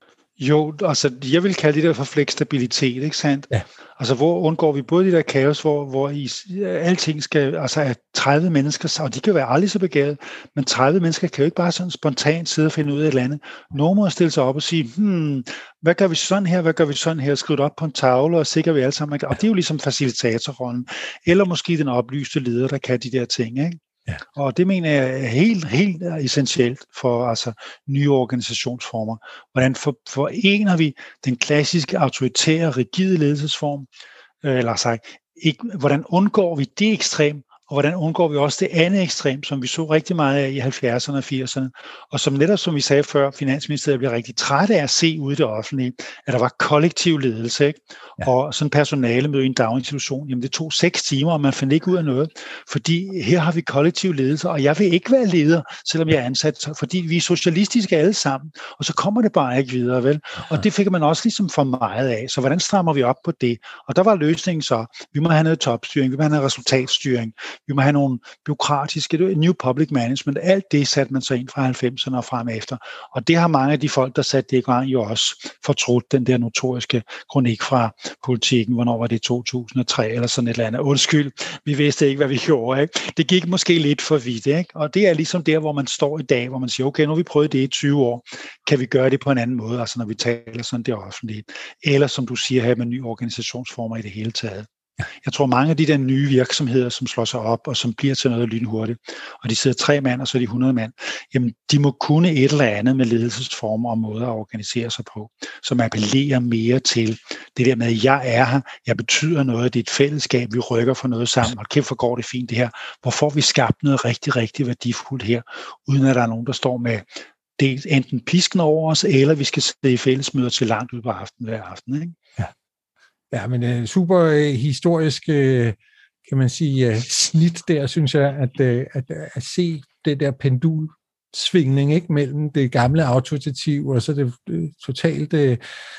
Jo, altså jeg vil kalde det der for fleksibilitet, ikke sandt? Ja. Altså hvor undgår vi både de der kaos, hvor, hvor i, alting skal, altså at tredive mennesker, og de kan være aldrig så begavet, men tredive mennesker kan jo ikke bare sådan spontant sidde og finde ud af et eller andet. Nogen må stille sig op og sige, hmm, hvad gør vi sådan her, hvad gør vi sådan her, skrive det op på en tavle, og sikrer vi alle sammen, og det er jo ligesom facilitatorrollen, eller måske den oplyste leder, der kan de der ting, ikke? Ja. Og det mener jeg er helt, helt essentielt for altså, nye organisationsformer. Hvordan for, forener vi den klassiske, autoritære, rigide ledelsesform, øh, eller sagt, ikke, hvordan undgår vi det ekstrem, og hvordan undgår vi også det andet ekstrem, som vi så rigtig meget af i halvfjerdserne og firserne, og som netop, som vi sagde før, Finansministeriet blev rigtig træt af at se ude i det offentlige, at der var kollektiv ledelse, ikke? Ja. Og sådan personalemøde i en daginstitution, jamen det tog seks timer, og man fandt ikke ud af noget, fordi her har vi kollektiv ledelse, og jeg vil ikke være leder, selvom jeg er ansat, fordi vi er socialistiske alle sammen, og så kommer det bare ikke videre, vel? Og det fik man også ligesom for meget af, så hvordan strammer vi op på det? Og der var løsningen så, vi må have noget topstyring, vi må have noget resultatstyring, vi må have nogle byråkratiske, new public management, alt det satte man så ind fra halvfemserne og frem efter. Og det har mange af de folk, der satte det i gang, jo også fortrudt den der notoriske kronik fra Politikken, hvornår var det to tusind og tre eller sådan et eller andet. Undskyld, vi vidste ikke, hvad vi gjorde, ikke? Det gik måske lidt for vidt, ikke? Og det er ligesom der, hvor man står i dag, hvor man siger, okay, nu har vi prøvet det i tyve år, kan vi gøre det på en anden måde, altså når vi taler sådan det offentlige. Eller som du siger her med nye organisationsformer i det hele taget. Jeg tror, mange af de der nye virksomheder, som slår sig op, og som bliver til noget lynhurtigt, og de sidder tre mand, og så er de hundrede mand, jamen, de må kunne et eller andet med ledelsesformer og måder at organisere sig på, som appellerer mere til det der med, at jeg er her, jeg betyder noget, det er et fællesskab, vi rykker for noget sammen, og kæft, hvor går det fint det her. Hvor får vi skabt noget rigtig, rigtig værdifuldt her, uden at der er nogen, der står med det, enten pisken over os, eller vi skal sidde i fællesmøder til langt ud på aftenen hver aften, ikke? Ja. Ja, men uh, super uh, historisk, uh, kan man sige, uh, snit der, synes jeg, at, uh, at, uh, at se det der pendulsvingning, ikke, mellem det gamle autoritativ og så det uh, totalt uh,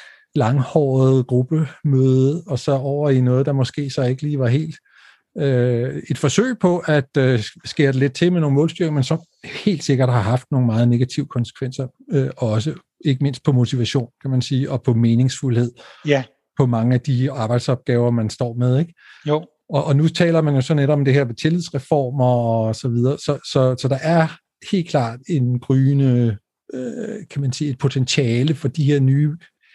langhårede gruppemøde, og så over i noget, der måske så ikke lige var helt uh, et forsøg på at uh, skære det lidt til med nogle målstyring, men så helt sikkert har haft nogle meget negative konsekvenser, uh, også ikke mindst på motivation, kan man sige, og på meningsfuldhed. Ja. På mange af de arbejdsopgaver, man står med, ikke? Jo. Og, og nu taler man jo så net om det her med tillidsreformer og så videre, så, så, så der er helt klart en gryende, øh, kan man sige, et potentiale for de her nye,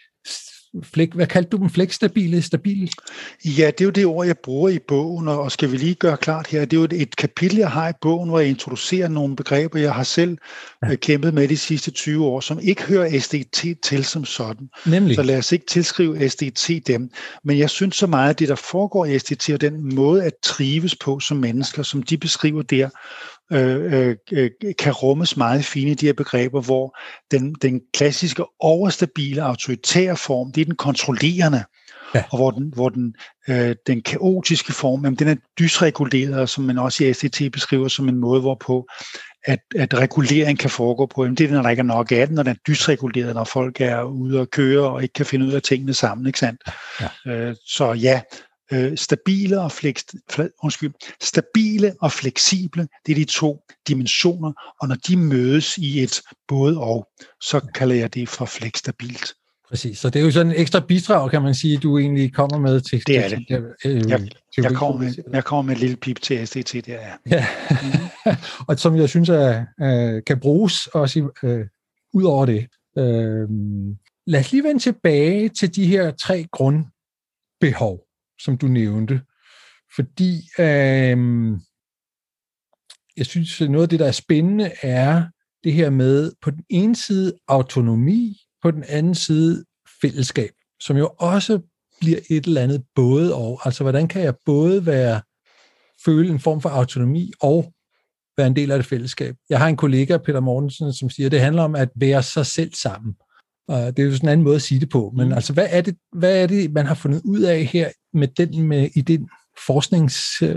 flæk, hvad kaldte du dem, flekstabile, stabile? Ja, det er jo det ord, jeg bruger i bogen, og skal vi lige gøre klart her, det er jo et, et kapitel, jeg har i bogen, hvor jeg introducerer nogle begreber, jeg har selv ja. kæmpet med de sidste tyve år, som ikke hører S D T til som sådan. Nemlig. Så lad os ikke tilskrive S D T dem. Men jeg synes så meget, at det, der foregår i S D T, og den måde at trives på som mennesker, som de beskriver der, Øh, øh, kan rummes meget fine i de her begreber, hvor den, den klassiske overstabile autoritære form, det er den kontrollerende, ja. og hvor den, hvor den, øh, den kaotiske form, jamen, den er dysreguleret, som man også i S D T beskriver som en måde, hvorpå at, at regulering kan foregå på. Jamen, det er, når der ikke er nok af den, når den er dysreguleret, når folk er ude og køre og ikke kan finde ud af tingene sammen, ikke sandt? Ja. Øh, så ja, øh, stabile og fleks, undskyld, stabile og fleksible, det er de to dimensioner, og når de mødes i et både og, så kalder jeg det for flekstabilt. Præcis, så det er jo sådan en ekstra bidrag, kan man sige, du egentlig kommer med til. Det er det. Øh, jeg, jeg, kommer med, jeg kommer med et lille pip til S D T, der er. Ja, mm-hmm. og som jeg synes er, øh, kan bruges også øh, ud over det. Øh, lad os lige vende tilbage til de her tre grundbehov, som du nævnte. Fordi øh, jeg synes, noget af det, der er spændende, er det her med på den ene side autonomi, på den anden side fællesskab, som jo også bliver et eller andet både og. Altså, hvordan kan jeg både være, føle en form for autonomi og være en del af det fællesskab? Jeg har en kollega, Peter Mortensen, som siger, at det handler om at være sig selv sammen. Og det er jo sådan en anden måde at sige det på. Men mm. altså, hvad er det, hvad er det, man har fundet ud af her med den, med, i den forsknings, øh,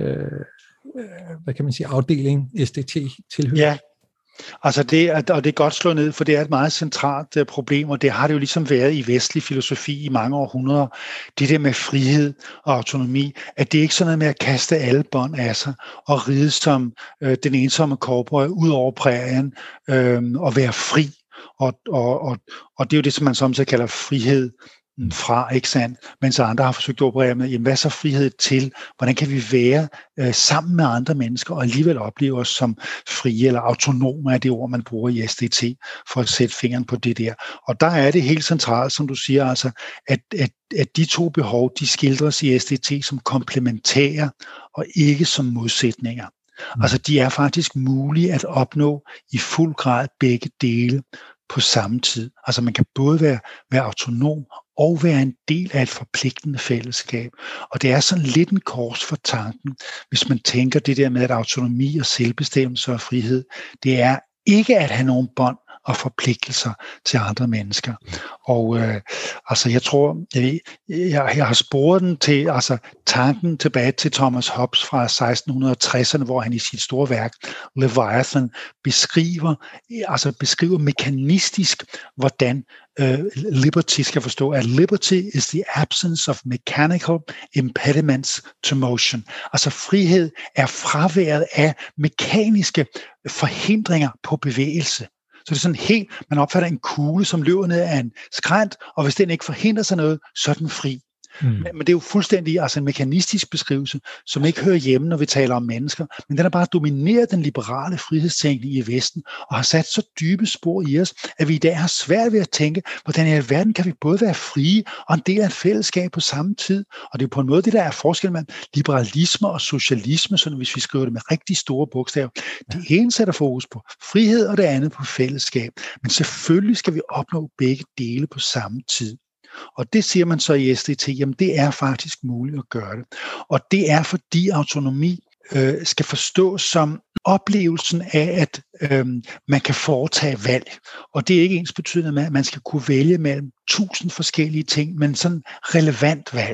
hvad kan man sige, afdeling, S D T-tilhører? Ja. Altså det, og det er godt slået ned, for det er et meget centralt uh, problem, og det har det jo ligesom været i vestlig filosofi i mange århundreder. Det der med frihed og autonomi, at det ikke er sådan noget med at kaste alle bånd af sig og ride som uh, den ensomme cowboy ud over prærien uh, og være fri. Og, og, og, og det er jo det, som man samtidig kalder frihed fra, ikke sandt? Mens andre har forsøgt at operere med, jamen, hvad er så frihed til? Hvordan kan vi være øh, sammen med andre mennesker og alligevel opleve os som frie eller autonome, er det ord, man bruger i S D T, for at sætte fingeren på det der. Og der er det helt centralt, som du siger, altså, at, at, at de to behov, de skildres i S D T som komplementære og ikke som modsætninger. Mm. Altså, de er faktisk mulige at opnå i fuld grad begge dele på samme tid. Altså man kan både være, være autonom og være en del af et forpligtende fællesskab. Og det er sådan lidt en kors for tanken, hvis man tænker det der med, at autonomi og selvbestemmelse og frihed, det er ikke at have nogen bånd og forpligtelser til andre mennesker. Og øh, altså jeg tror, jeg, jeg, jeg har sporet den til altså tanken tilbage til Thomas Hobbes fra seksten tresserne, hvor han i sit store værk Leviathan beskriver, altså beskriver mekanistisk, hvordan øh, liberty skal forstå, at liberty is the absence of mechanical impediments to motion. Altså frihed er fraværet af mekaniske forhindringer på bevægelse. Så det er sådan helt, man opfatter en kugle, som løber ned af en skrænt, og hvis den ikke forhindrer sig noget, så er den fri. Mm. Men, men det er jo fuldstændig altså en mekanistisk beskrivelse, som ikke hører hjemme, når vi taler om mennesker, men den har bare domineret den liberale frihedstænkning i Vesten, og har sat så dybe spor i os, at vi i dag har svært ved at tænke, hvordan i alverden kan vi både være frie og en del af et fællesskab på samme tid. Og det er på en måde det, der er forskel mellem liberalisme og socialisme, sådan hvis vi skriver det med rigtig store bogstaver. Det ene sætter fokus på frihed, og det andet på fællesskab. Men selvfølgelig skal vi opnå begge dele på samme tid. Og det siger man så i S D T, jamen det er faktisk muligt at gøre det. Og det er fordi autonomi øh, skal forstås som oplevelsen af, at øh, man kan foretage valg. Og det er ikke ens betydende med, at man skal kunne vælge mellem tusind forskellige ting, men sådan relevant valg.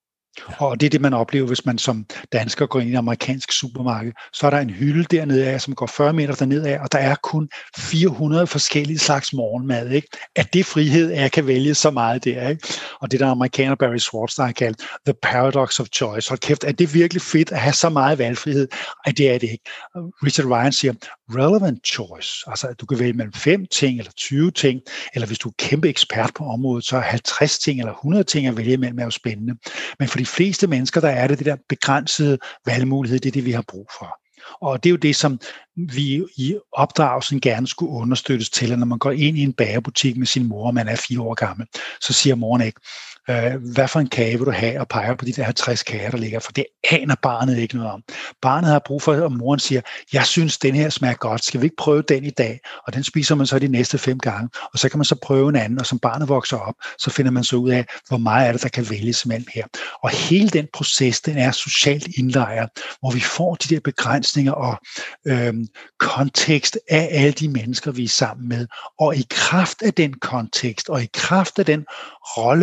Og det er det, man oplever, hvis man som dansker går ind i et amerikansk supermarked. Så er der en hylde dernede af, som går fyrre meter dernede af, og der er kun fire hundrede forskellige slags morgenmad. Ikke? At det frihed, at jeg kan vælge så meget der. Ikke? Og det der amerikaner Barry Schwartz, der har kaldt the paradox of choice. Hold kæft, er det virkelig fedt at have så meget valgfrihed? Ej, det er det ikke. Richard Ryan siger, relevant choice. Altså, at du kan vælge mellem fem ting eller tyve ting, eller hvis du er kæmpe ekspert på området, så er halvtreds ting eller hundrede ting at vælge mellem er jo spændende. Men for de fleste mennesker, der er det det der begrænsede valgmulighed, det er det, vi har brug for. Og det er jo det, som vi i opdragelsen gerne skulle understøttes til, at når man går ind i en bagerbutik med sin mor, og man er fire år gammel, så siger moren ikke, øh, hvad for en kage vil du have, og peger på de der halvtreds kager, der ligger, for det aner barnet ikke noget om. Barnet har brug for, og moren siger, jeg synes, den her smager godt, skal vi ikke prøve den i dag? Og den spiser man så de næste fem gange, og så kan man så prøve en anden, og som barnet vokser op, så finder man så ud af, hvor meget er det, der kan vælges mellem her. Og hele den proces, den er socialt indlejret, hvor vi får de der begrænsninger og øh, kontekst af alle de mennesker, vi er sammen med. Og i kraft af den kontekst, og i kraft af den rollemodellering,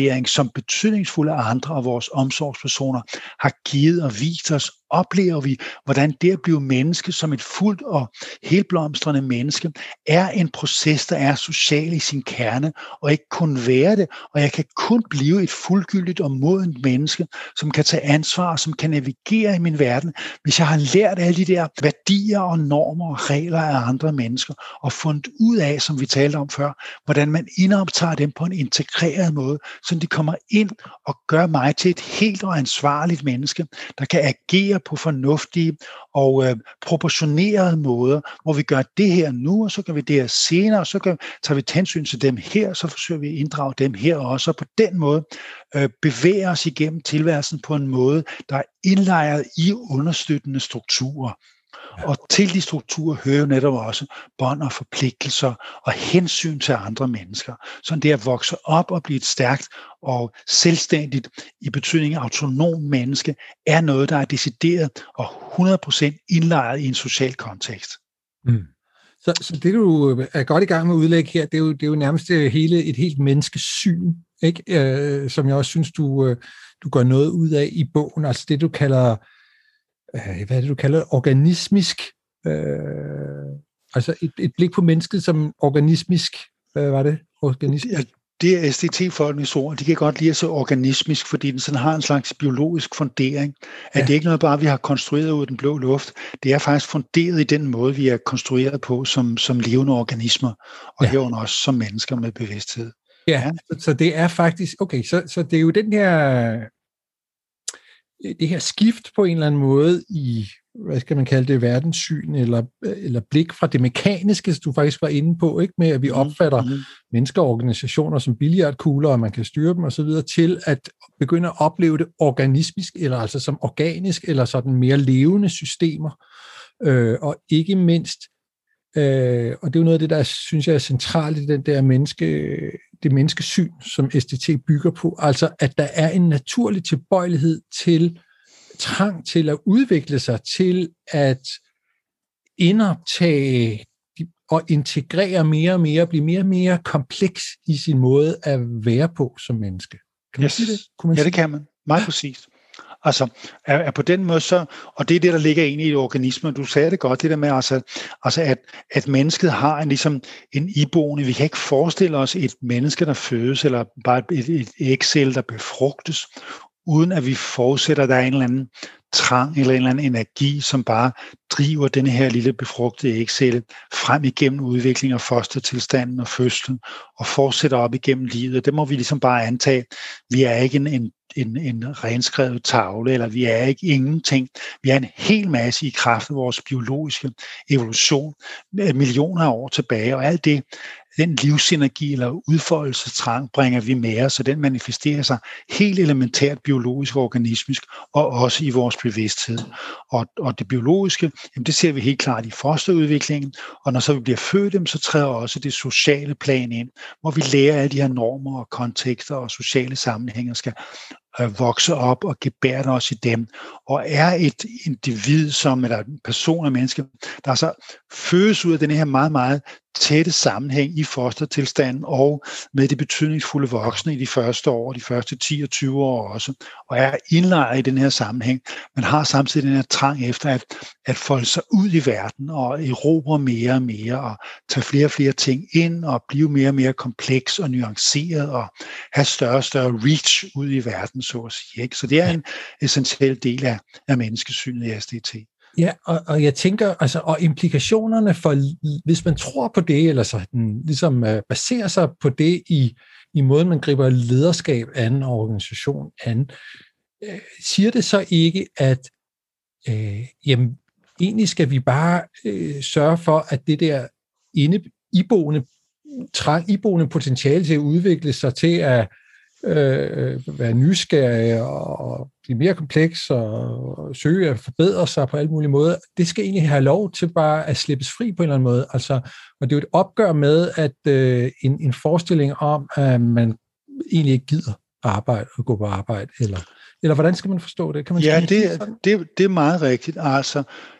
vurdering, som betydningsfulde andre og vores omsorgspersoner har givet og vist os, oplever vi, hvordan det at blive menneske som et fuldt og helblomstrende menneske er en proces, der er social i sin kerne, og ikke kun være det, og jeg kan kun blive et fuldgyldigt og modent menneske, som kan tage ansvar, som kan navigere i min verden, hvis jeg har lært alle de der værdier og normer og regler af andre mennesker, og fundet ud af, som vi talte om før, hvordan man indoptager dem på en integreret måde, så de kommer ind og gør mig til et helt og ansvarligt menneske, der kan agere på fornuftige og øh, proportionerede måder, hvor vi gør det her nu, og så gør vi det her senere, og så gør, tager vi hensyn til dem her, så forsøger vi at inddrage dem her også, og på den måde øh, bevæger os igennem tilværelsen på en måde, der er indlejret i understøttende strukturer. Og til de strukturer hører jo netop også bånd og forpligtelser og hensyn til andre mennesker. Så det at vokse op og blive et stærkt og selvstændigt, i betydning af autonom menneske, er noget, der er decideret og hundrede procent indlejret i en social kontekst. Mm. Så, så det, du er godt i gang med at udlægge her, det er jo, det er jo nærmest hele, et helt menneskesyn, ikke? Øh, som jeg også synes, du, du gør noget ud af i bogen. Altså det, du kalder... hvad er det, du kalder organismisk, øh, altså et, et blik på mennesket som organismisk, hvad var det? Organismisk? Ja, det er S D T-folkenes ord, de kan godt lide at se organismisk, fordi den sådan har en slags biologisk fundering, at ja. Det er ikke noget bare, vi har konstrueret ud af den blå luft, det er faktisk funderet i den måde, vi er konstrueret på som, som levende organismer, og ja. Herunder også som mennesker med bevidsthed. Ja, ja. Så, så det er faktisk, okay, så, så det er jo den her... det her skift på en eller anden måde i, hvad skal man kalde det, verdenssyn eller, eller blik fra det mekaniske, som du faktisk var inde på, ikke, med at vi opfatter mm-hmm. mennesker og organisationer som billiardkugler, og man kan styre dem osv., til at begynde at opleve det organismisk, eller altså som organisk, eller sådan mere levende systemer, øh, og ikke mindst, øh, og det er jo noget af det, der synes jeg er centralt i den der menneske, det menneskesyn, som S D T bygger på, altså at der er en naturlig tilbøjelighed til, trang til at udvikle sig, til at indoptage og integrere mere og mere, blive mere og mere kompleks i sin måde at være på som menneske. Kan man yes. sige det? Kunne man ja, sige det kan man. Meget præcist. Altså, er, er på den måde så, og det er det, der ligger inde i organismen, du sagde det godt, det der med, altså, altså at, at mennesket har en, ligesom en iboende, vi kan ikke forestille os et menneske, der fødes, eller bare et, et ægcelle, der befrugtes, uden at vi forudsætter, at der er en eller anden trang eller en eller anden energi, som bare driver denne her lille befrugtede ægcelle frem igennem udvikling af fostertilstanden og fødslen, og fortsætter op igennem livet. Det må vi ligesom bare antage. Vi er ikke en, en, en, en renskrevet tavle, eller vi er ikke ingenting. Vi er en hel masse i kraft af vores biologiske evolution, millioner af år tilbage, og alt det, den livsenergi eller udfoldelsestrang bringer vi med os, så den manifesterer sig helt elementært biologisk og organismisk, og også i vores bevidsthed. Og, og det biologiske, jamen det ser vi helt klart i fosterudviklingen, og når så vi bliver født, så træder også det sociale plan ind, hvor vi lærer alle de her normer og kontekster og sociale sammenhænge, skal øh, vokse op og gebærde os i dem, og er et individ, som, eller en person og menneske, der så fødes ud af den her meget, meget tætte sammenhæng i fostertilstanden og med det betydningsfulde voksne i de første år, de første ti og tyve år også, og er indlejret i den her sammenhæng, men har samtidig den her trang efter at, at folde sig ud i verden og erobre mere og mere og tage flere og flere ting ind og blive mere og mere kompleks og nuanceret og have større og større reach ud i verden, så at sige. Ikke? Så det er en essentiel del af, af menneskesynet i S D T. Ja, og, og jeg tænker, altså, og implikationerne for, hvis man tror på det, eller sådan, ligesom uh, baserer sig på det i, i måden, man griber lederskab an og organisation an, øh, siger det så ikke, at øh, jamen, egentlig skal vi bare øh, sørge for, at det der inde, iboende, trang, iboende potentiale til at udvikle sig til at øh, være nysgerrig og blive mere kompleks og søge at forbedre sig på alle mulige måder, det skal egentlig have lov til bare at slippes fri på en eller anden måde. Altså, og det er jo et opgør med, at øh, en, en forestilling om, at man egentlig ikke gider arbejde og gå på arbejde, eller, eller hvordan skal man forstå det? Kan man ja, det, det, det er meget rigtigt. Altså,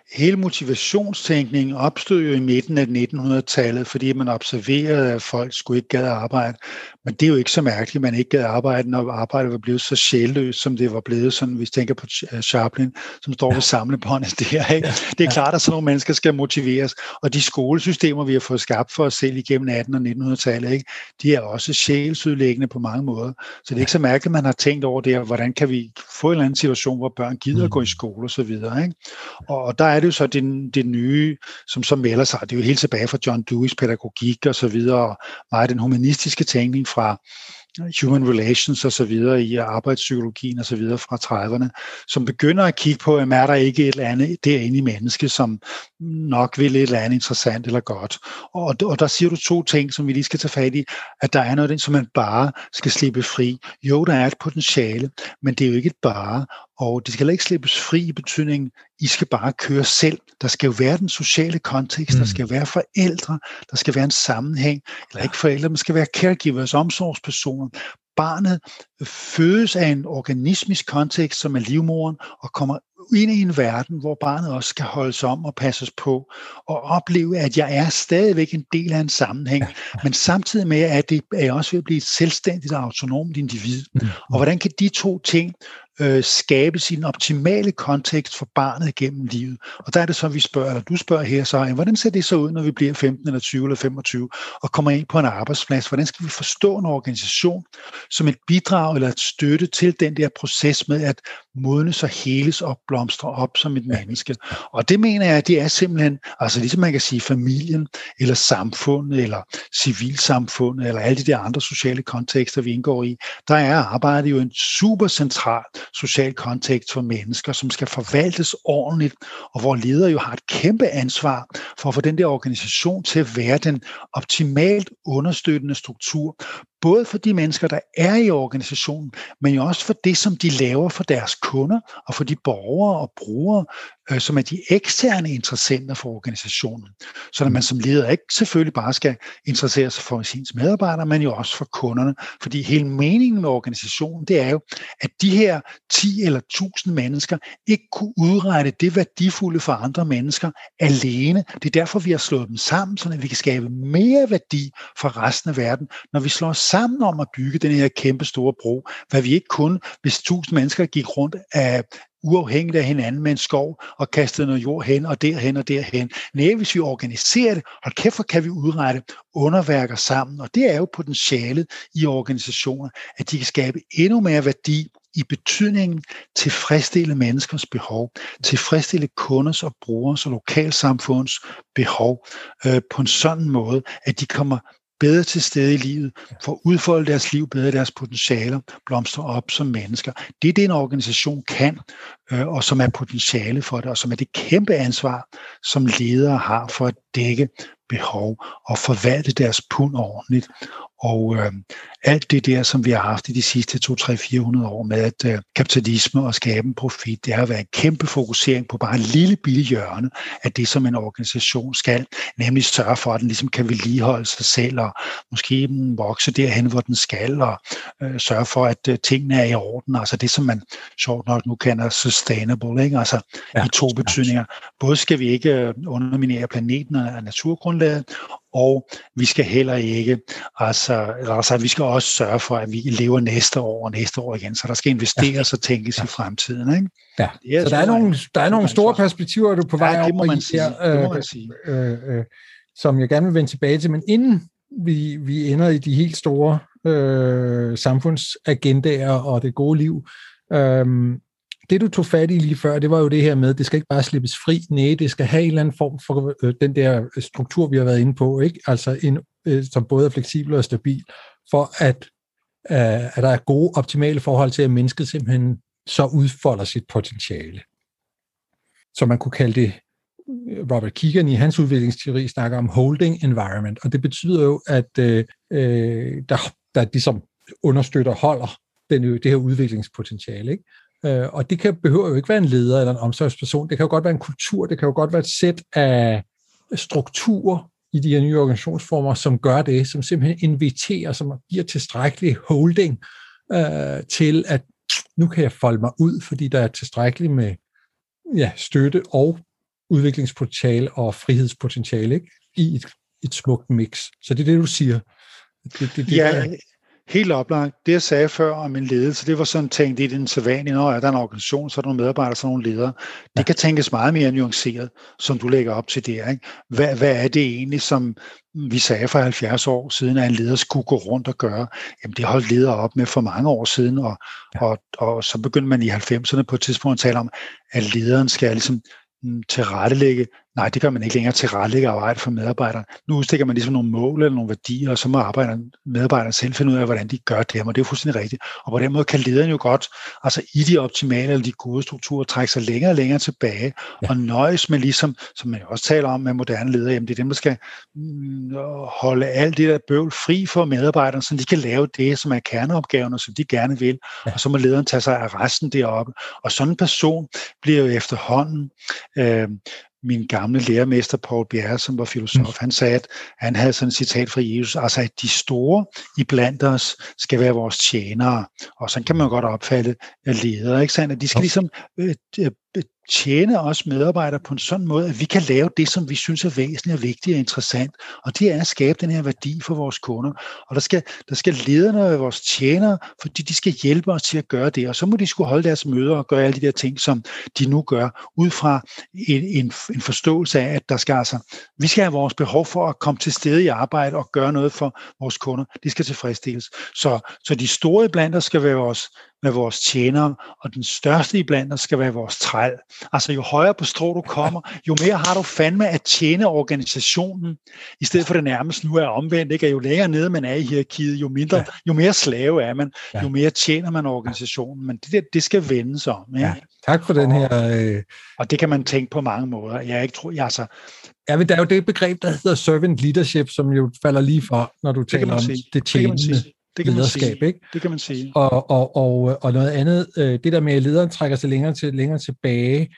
hele motivationstænkningen opstod jo i midten af nitten hundrede-tallet, fordi man observerede, at folk skulle ikke gad arbejde. Men det er jo ikke så mærkeligt, at man ikke gad arbejde, når arbejdet var blevet så sjælløst, som det var blevet, sådan, hvis vi tænker på Chaplin, som står ved samlebåndet der. Ikke? Det er klart, at sådan nogle mennesker skal motiveres. Og de skolesystemer, vi har fået skabt for os selv igennem atten- og nitten hundrede-tallet, ikke? De er også sjælsudlæggende på mange måder. Så det er ikke så mærkeligt, at man har tænkt over det, hvordan kan vi få en eller anden situation, hvor børn gider at gå i skole og så videre. Ikke? Og der er det jo så det, det nye, som så melder sig. Det er jo helt tilbage fra John Dewey's pædagogik og så videre, og meget den humanistiske tænkning fra human relations og så videre i arbejdspsykologien og så videre fra trediverne, som begynder at kigge på, om er der ikke et eller andet derinde i mennesket, som nok vil et eller andet interessant eller godt. Og, og der siger du to ting, som vi lige skal tage fat i, at der er noget, som man bare skal slippe fri. Jo, der er et potentiale, men det er jo ikke et bare, og det skal heller ikke slippes fri i betydningen, I skal bare køre selv. Der skal jo være den sociale kontekst, mm. der skal være forældre, der skal være en sammenhæng, eller ikke forældre, men skal være caregivers, omsorgspersoner. Barnet fødes af en organismisk kontekst, som er livmoderen, og kommer ind i en verden, hvor barnet også skal holdes om og passes på, og opleve, at jeg er stadigvæk en del af en sammenhæng, men samtidig med, at det er også ved at blive et selvstændigt og autonomt individ. Og hvordan kan de to ting øh, skabe sin optimale kontekst for barnet gennem livet? Og der er det så, vi spørger, eller du spørger her så, hvordan ser det så ud, når vi bliver femten eller tyve eller femogtyve og kommer ind på en arbejdsplads? Hvordan skal vi forstå en organisation som et bidrag eller et støtte til den der proces med at modnes og heles og blomstre op som et menneske? Og det mener jeg, at det er simpelthen, altså ligesom man kan sige familien, eller samfundet, eller civilsamfundet, eller alle de der andre sociale kontekster, vi indgår i, der er arbejdet jo en super central social kontekst for mennesker, som skal forvaltes ordentligt, og hvor ledere jo har et kæmpe ansvar for at få den der organisation til at være den optimalt understøttende struktur, både for de mennesker, der er i organisationen, men jo også for det, som de laver for deres kunder, og for de borgere og brugere, øh, som er de eksterne interessenter for organisationen. Så når man som leder ikke selvfølgelig bare skal interessere sig for sine medarbejdere, men jo også for kunderne. Fordi hele meningen med organisationen, det er jo, at de her ti eller tusind mennesker ikke kunne udrette det værdifulde for andre mennesker alene. Det er derfor, vi har slået dem sammen, så vi kan skabe mere værdi for resten af verden, når vi slår sammen om at bygge den her kæmpe store bro, hvad vi ikke kunne, hvis tusind mennesker gik rundt af uafhængigt af hinanden med en skov og kastede noget jord hen og derhen og derhen. Nej, hvis vi organiserer det, hold kæft, for kan vi udrette underværker sammen, og det er jo potentialet i organisationer, at de kan skabe endnu mere værdi i betydningen tilfredsstille menneskers behov, tilfredsstille kunders og brugers og lokalsamfunds behov øh, på en sådan måde, at de kommer bedre til stede i livet, for at udfolde deres liv bedre, deres potentialer, blomstre op som mennesker. Det er det, en organisation kan, øh, og som er potentiale for det, og som er det kæmpe ansvar, som ledere har for at dække behov og forvalte deres pund ordentligt. Og øh, alt det der, som vi har haft i de sidste to, tre, fire hundrede år med at øh, kapitalisme og skabe en profit, det har været en kæmpe fokusering på bare en lille bitte hjørne af det, som en organisation skal, nemlig sørge for, at den ligesom kan vedligeholde sig selv og måske vokse derhen, hvor den skal, og øh, sørge for, at øh, tingene er i orden. Altså det, som man sjovt nok nu kalder sustainable, ikke? Altså ja, i to betydninger. Både skal vi ikke øh, underminere planeten og naturgrundlaget, og vi skal heller ikke, altså, altså vi skal også sørge for, at vi lever næste år og næste år igen, så der skal investeres og tænkes ja. i fremtiden. Ikke? Ja, er så der er, nogle, der er nogle store perspektiver, du er på vej ja, over i her, øh, øh, øh, som jeg gerne vil vende tilbage til, men inden vi, vi ender i de helt store øh, samfundsagendaer og det gode liv, øh, det du tog fat i lige før, det var jo det her med, det skal ikke bare slippes fri, nej, det skal have en eller anden form for øh, den der struktur, vi har været inde på, ikke? Altså en, øh, som både er fleksibel og stabil, for at, øh, at der er gode, optimale forhold til, at mennesket simpelthen så udfolder sit potentiale. Så man kunne kalde det, Robert Keegan i hans udviklingsteori snakker om holding environment, og det betyder jo, at øh, der, der ligesom understøtter, holder den, det her udviklingspotentiale, ikke? Uh, og det kan, behøver jo ikke være en leder eller en omsorgsperson. Det kan jo godt være en kultur, det kan jo godt være et sæt af strukturer i de her nye organisationsformer, som gør det, som simpelthen inviterer, som giver tilstrækkelig holding uh, til, at nu kan jeg folde mig ud, fordi der er tilstrækkeligt med ja, støtte og udviklingspotentiale og frihedspotentiale, ikke? I et, et smukt mix. Så det er det, du siger. Det, det, det, ja, der... helt oplagt. Det, jeg sagde før om en ledelse, det var sådan tænkt i den sædvanlige, når er der en organisation, så er der nogle medarbejdere, så er der nogle ledere. Det ja. kan tænkes meget mere nuanceret, som du lægger op til der. Ikke? Hvad, hvad er det egentlig, som vi sagde for halvfjerds år siden, at en leder skulle gå rundt og gøre? Jamen, det holdt ledere op med for mange år siden, og, ja. og, og så begyndte man i halvfemserne på et tidspunkt at tale om, at lederen skal ligesom tilrettelægge. Nej, det gør man ikke længere tilrettelægge arbejde for medarbejdere. Nu udstikker man ligesom nogle mål eller nogle værdier, og så må arbejderen, medarbejderen selv finde ud af, hvordan de gør det, og det er fuldstændig rigtigt. Og på den måde kan lederen jo godt, altså i de optimale eller de gode strukturer, trække sig længere og længere tilbage, ja. og nøjes med ligesom, som man også taler om med moderne ledere, jamen det er dem, der skal mm, holde alt det der bøvl fri for medarbejderne, så de kan lave det, som er kerneopgaverne, som de gerne vil, ja. og så må lederen tage sig af resten deroppe. Og sådan en person bliver jo efterhånden øh, min gamle lærermester, Paul Bjerre, som var filosof, han sagde, at han havde sådan et citat fra Jesus, altså at de store iblandt os skal være vores tjenere. Og sådan kan man godt opfatte ledere, ikke sandt? At de skal ligesom øh, øh, tjene os medarbejdere på en sådan måde, at vi kan lave det, som vi synes er væsentligt og vigtigt og interessant. Og det er at skabe den her værdi for vores kunder. Og der skal, der skal lederne være vores tjenere, fordi de skal hjælpe os til at gøre det. Og så må de skulle holde deres møder og gøre alle de der ting, som de nu gør, ud fra en, en, en forståelse af, at der skal altså, vi skal have vores behov for at komme til stede i arbejde og gøre noget for vores kunder. Det skal tilfredsstilles. Så, så de store iblandt os skal være vores med vores tjenere, og den største iblandt os skal være vores træl. Altså jo højere på strå du kommer, jo mere har du fandme at tjene organisationen, i stedet for det nærmest nu er omvendt, ikke? At jo længere nede man er i hierarkiet, jo mindre, jo mere slave er man, jo mere tjener man organisationen, men det, det skal vendes om. Ikke? Ja, tak for den her... Øh... Og det kan man tænke på mange måder. Jeg ikke tror, jeg altså... Ja, men der er jo det begreb, der hedder servant leadership, som jo falder lige for, når du taler om sige. det tjenende. Det kan, lederskab, ikke? det kan man sige. Og, og, og, og noget andet, øh, det der med, at lederen trækker sig længere, til, længere tilbage,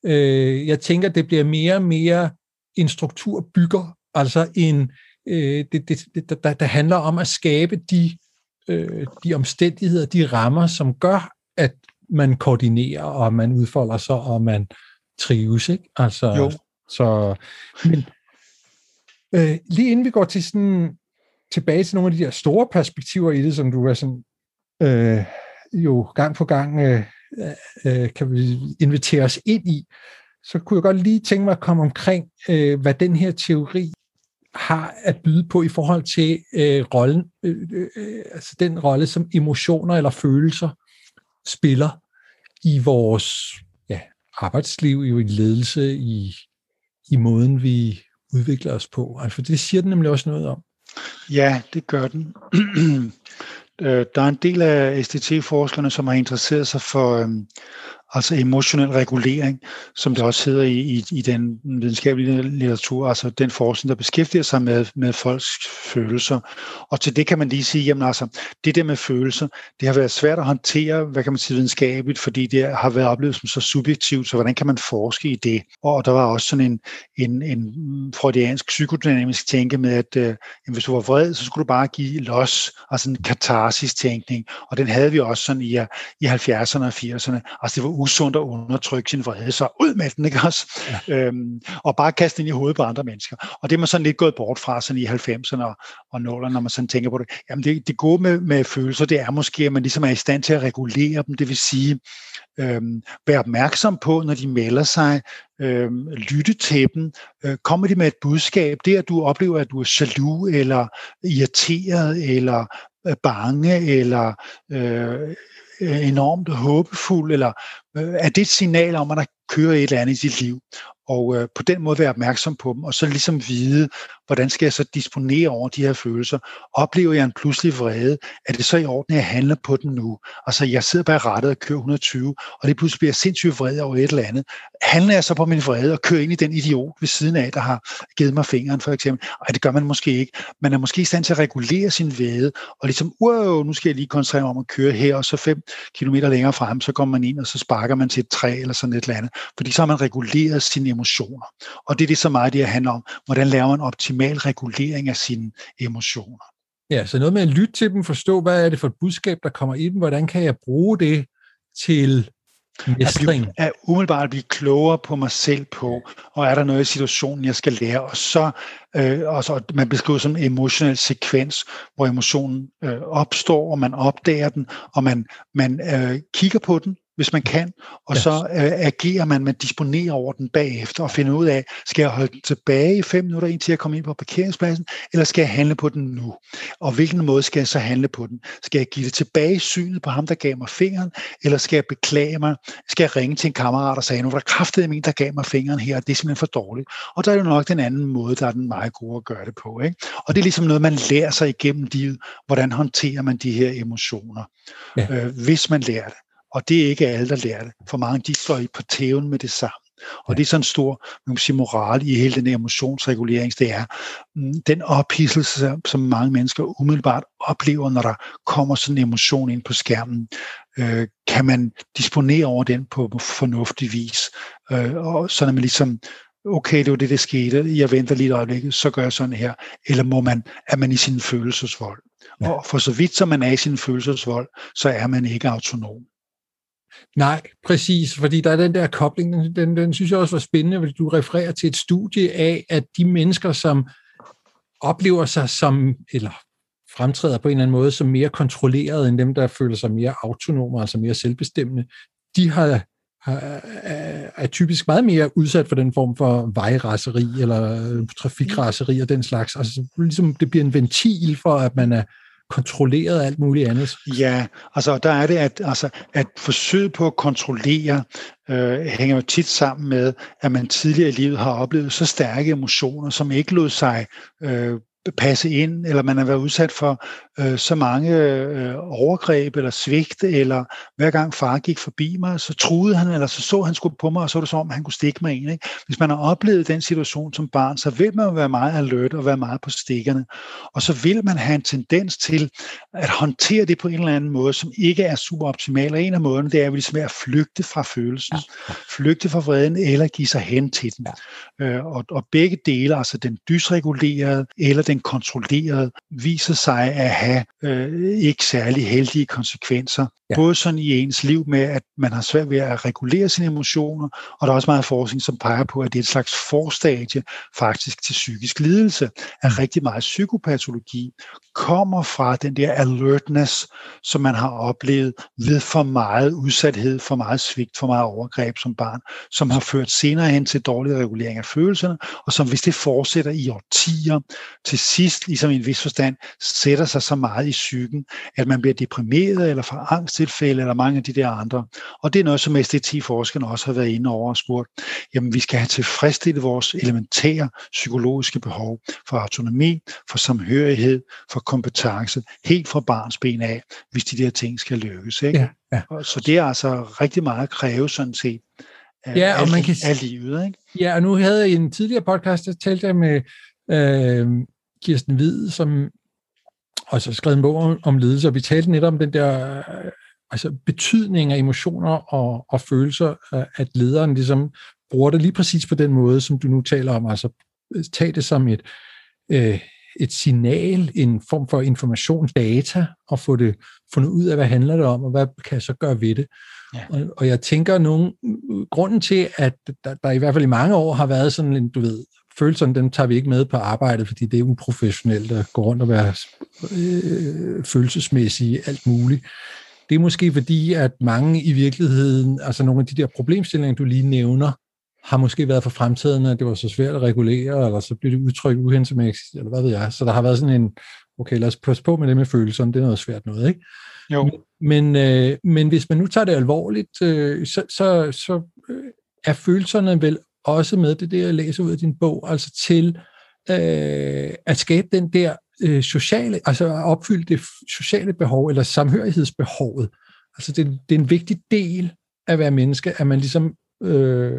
øh, jeg tænker, det bliver mere og mere en strukturbygger, altså en, øh, det, det, det, der, der handler om at skabe de, øh, de omstændigheder, de rammer, som gør, at man koordinerer, og man udfolder sig, og man trives, ikke? Altså, jo. Så, men øh, lige inden vi går til sådan tilbage til nogle af de der store perspektiver i det, som du er sådan, øh, jo gang på gang øh, øh, kan vi invitere os ind i, så kunne jeg godt lige tænke mig at komme omkring, øh, hvad den her teori har at byde på i forhold til øh, rollen, øh, øh, altså den rolle, som emotioner eller følelser spiller i vores ja, arbejdsliv, i ledelse, i, i måden, vi udvikler os på. Altså, for det siger den nemlig også noget om. Ja, det gør den. Der er en del af S D T-forskerne, som har interesseret sig for øhm, altså emotionel regulering, som det også hedder i, i, i den videnskabelige litteratur, altså den forskning, der beskæftiger sig med, med folks følelser. Og til det kan man lige sige, jamen altså, det der med følelser, det har været svært at håndtere, hvad kan man sige, videnskabeligt, fordi det har været oplevet som så subjektivt, så hvordan kan man forske i det? Og der var også sådan en, en, en freudiansk psykodynamisk tænke med, at øh, hvis du var vred, så skulle du bare give los, altså en katarsis-tænkning, og den havde vi også sådan i, i halvfjerdserne og firserne. Altså det var usundt at undertrykke sin vrede, så ud med den, ikke også? Ja. Øhm, og bare kaste den i hovedet på andre mennesker. Og det er man sådan lidt gået bort fra sådan i halvfemserne og, og nullerne, når man sådan tænker på det. Jamen det, det gode med, med følelser, det er måske, at man ligesom er i stand til at regulere dem, det vil sige, øhm, være opmærksom på, når de melder sig, øhm, lytte til dem, øh, kommer de med et budskab, det at du oplever, at du er jaloux, eller irriteret, eller øh, bange, eller øh, enormt håbefuld, eller øh, er det et signal om, at der kører et eller andet i dit liv? Og øh, på den måde være opmærksom på dem, og så ligesom vide, hvordan skal jeg så disponere over de her følelser? Oplever jeg en pludselig vrede? Er det så i orden, at jeg handler på den nu? Altså, jeg sidder bare rettet og kører et hundrede og tyve, og det pludselig bliver jeg sindssygt vred over et eller andet. Handler jeg så på min vrede og kører ind i den idiot ved siden af, der har givet mig fingeren, for eksempel? Ej, det gør man måske ikke. Man er måske i stand til at regulere sin vrede, og ligesom, wow, nu skal jeg lige koncentrere mig om at køre her, og så fem kilometer længere frem, så kommer man ind, og så sparker man til et træ, eller sådan et eller andet. Fordi så har man reguleret sine emotioner. Og det er det så meget, det her handler om. Hvordan laver man optimal regulering af sine emotioner? Ja, så noget med at lytte til dem, forstå, hvad er det for et budskab, der kommer i dem, hvordan kan jeg bruge det til At, blive, at umiddelbart blive klogere på mig selv på, og er der noget i situationen, jeg skal lære, og så, øh, og så man beskriver som en emotionel sekvens, hvor emotionen øh, opstår, og man opdager den, og man, man øh, kigger på den, hvis man kan, og yes. så øh, agerer man, man disponerer over den bagefter, og finder ud af, skal jeg holde den tilbage i fem minutter, indtil jeg kommer ind på parkeringspladsen, eller skal jeg handle på den nu? Og hvilken måde skal jeg så handle på den? Skal jeg give det tilbage i synet på ham, der gav mig fingeren, eller skal jeg beklage mig? Skal jeg ringe til en kammerat og sige, nu var der kraftedeme en, der gav mig fingeren her, og det er simpelthen for dårligt. Og der er jo nok den anden måde, der er den meget gode at gøre det på. Ikke? Og det er ligesom noget, man lærer sig igennem livet, hvordan håndterer man de her emotioner, ja. øh, hvis man lærer det. Og det er ikke alle, der lærer det. For mange, de står i på tæven med det samme. Og det er sådan en stor man kan sige, moral i hele den emotionsregulering, det er den ophidselse, som mange mennesker umiddelbart oplever, når der kommer sådan en emotion ind på skærmen. Øh, kan man disponere over den på fornuftig vis? Øh, og så er man ligesom, okay, det var det, der skete, jeg venter lige et øjeblik, så gør jeg sådan her. Eller må man, er man i sin følelsesvold? Ja. Og for så vidt, som man er i sin følelsesvold, så er man ikke autonom. Nej, præcis, fordi der er den der kobling, den, den, den synes jeg også var spændende, fordi du refererer til et studie af, at de mennesker, som oplever sig som, eller fremtræder på en eller anden måde, som mere kontrolleret end dem, der føler sig mere autonome, altså mere selvbestemmende, de har, har, er typisk meget mere udsat for den form for vejraseri eller trafikraseri og den slags. Altså ligesom det bliver en ventil for, at man er kontrolleret alt muligt andet. Ja, altså der er det, at, altså, at forsøget på at kontrollere øh, hænger jo tit sammen med, at man tidligere i livet har oplevet så stærke emotioner, som ikke lod sig øh, passe ind, eller man har været udsat for øh, så mange øh, overgreb eller svigt, eller hver gang far gik forbi mig, så truede han, eller så så han skulle på mig, og så var det som om, han kunne stikke mig ind. Ikke? Hvis man har oplevet den situation som barn, så vil man være meget alert og være meget på stikkerne, og så vil man have en tendens til at håndtere det på en eller anden måde, som ikke er super optimal, og en af måderne, det er ligesom at flygte fra følelsen, flygte fra vreden, eller give sig hen til den. Øh, og, og begge dele, altså den dysregulerede, eller den kontrollerede, viser sig at have øh, ikke særlig heldige konsekvenser. Ja. Både sådan i ens liv med, at man har svært ved at regulere sine emotioner, og der er også meget forskning, som peger på, at det er et slags forstadie faktisk til psykisk lidelse. At rigtig meget psykopatologi kommer fra den der alertness, som man har oplevet ved for meget udsathed, for meget svigt, for meget overgreb som barn, som har ført senere hen til dårlig regulering af følelserne, og som hvis det fortsætter i årtier, til sidst, ligesom i en vis forstand, sætter sig så meget i psyken, at man bliver deprimeret eller får angsttilfælde eller mange af de der andre. Og det er noget, som S D T-forskerne også har været inde over og spurgt, jamen vi skal have tilfredsstillet vores elementære psykologiske behov for autonomi, for samhørighed, for kompetence, helt fra barns ben af, hvis de der ting skal lykkes. Ikke? Ja, ja. Så det er altså rigtig meget at kræve sådan set af, ja, og man kan af livet. Ikke? Ja, og nu havde jeg i en tidligere podcast, der talte jeg med øh, Kirsten Hvid, som også har skrevet en bog om, om ledelse, og vi talte netop om den der øh, altså betydning af emotioner og, og følelser, øh, at lederen ligesom bruger det lige præcis på den måde, som du nu taler om, altså tag det som et, øh, et signal, en form for informationsdata, og få det fundet ud af, hvad handler det om, og hvad kan jeg så gøre ved det. Ja. Og, og jeg tænker, nogen grunden til, at der, der i hvert fald i mange år har været sådan en, du ved, følelserne, dem tager vi ikke med på arbejdet, fordi det er uprofessionelt at gå rundt og være øh, følelsesmæssige, alt muligt. Det er måske fordi, at mange i virkeligheden, altså nogle af de der problemstillinger, du lige nævner, har måske været for fremtiden, at det var så svært at regulere, eller så bliver det udtrykt uhensigtsmæssigt, eller hvad ved jeg. Så der har været sådan en, okay, lad os passe på med det med følelserne, det er noget svært noget, ikke? Jo. Men, øh, men hvis man nu tager det alvorligt, øh, så, så, så øh, er følelserne vel også med det der, jeg læser ud af din bog, altså til øh, at skabe den der øh, sociale, altså at opfylde det sociale behov, eller samhørighedsbehovet. Altså det, det er en vigtig del af at være menneske, at man ligesom øh,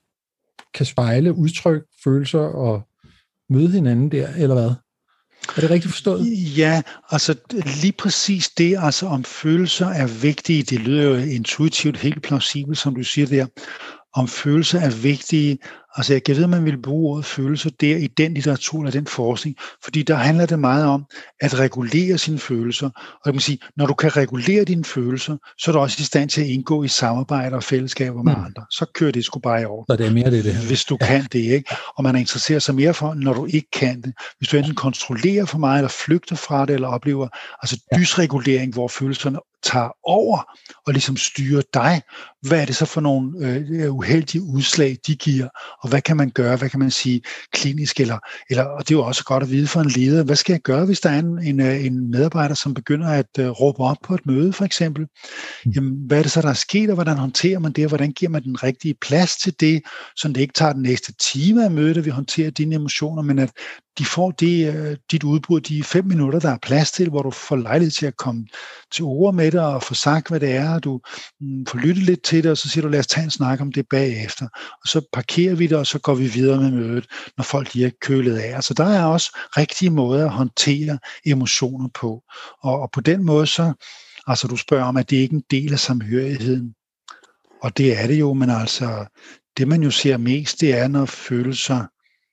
kan spejle, udtrykke følelser og møde hinanden der, eller hvad? Er det rigtigt forstået? Ja, altså lige præcis det, altså om følelser er vigtige, det lyder jo intuitivt helt plausibelt, som du siger der. Om følelser er vigtige, Altså jeg kan vide, at man vil bruge ordet følelser der i den litteratur eller den forskning, fordi der handler det meget om at regulere sine følelser. Og jeg kan sige, når du kan regulere dine følelser, så er du også i stand til at indgå i samarbejder og fællesskaber med mm. andre. Så kører det sgu bare i orden. Så det er mere det, det her. Hvis du kan det, ikke? Og man er interesseret sig mere for, når du ikke kan det. Hvis du enten kontrollerer for meget, eller flygter fra det, eller oplever altså dysregulering, hvor følelserne tager over og ligesom styrer dig. Hvad er det så for nogle øh, uheldige udslag, de giver? Og hvad kan man gøre? Hvad kan man sige klinisk? Eller, eller, og det er jo også godt at vide for en leder. Hvad skal jeg gøre, hvis der er en, en, en medarbejder, som begynder at uh, råbe op på et møde, for eksempel? Jamen, hvad er det så, der er sket, og hvordan håndterer man det? Og hvordan giver man den rigtige plads til det, så det ikke tager den næste time af mødet, at vi håndterer dine emotioner, men at de får det, dit udbrud, de fem minutter, der er plads til, hvor du får lejlighed til at komme til ord med det og få sagt, hvad det er, og du mm, får lyttet lidt til det, og så siger du, lad os tage en snak om det bagefter. Og så parkerer vi det, og så går vi videre med mødet, når folk lige er kølet af. Så der er også rigtige måder at håndtere emotioner på. Og, og på den måde så, altså du spørger om, at det ikke er en del af samhørigheden. Og det er det jo, men altså, det man jo ser mest, det er, når følelser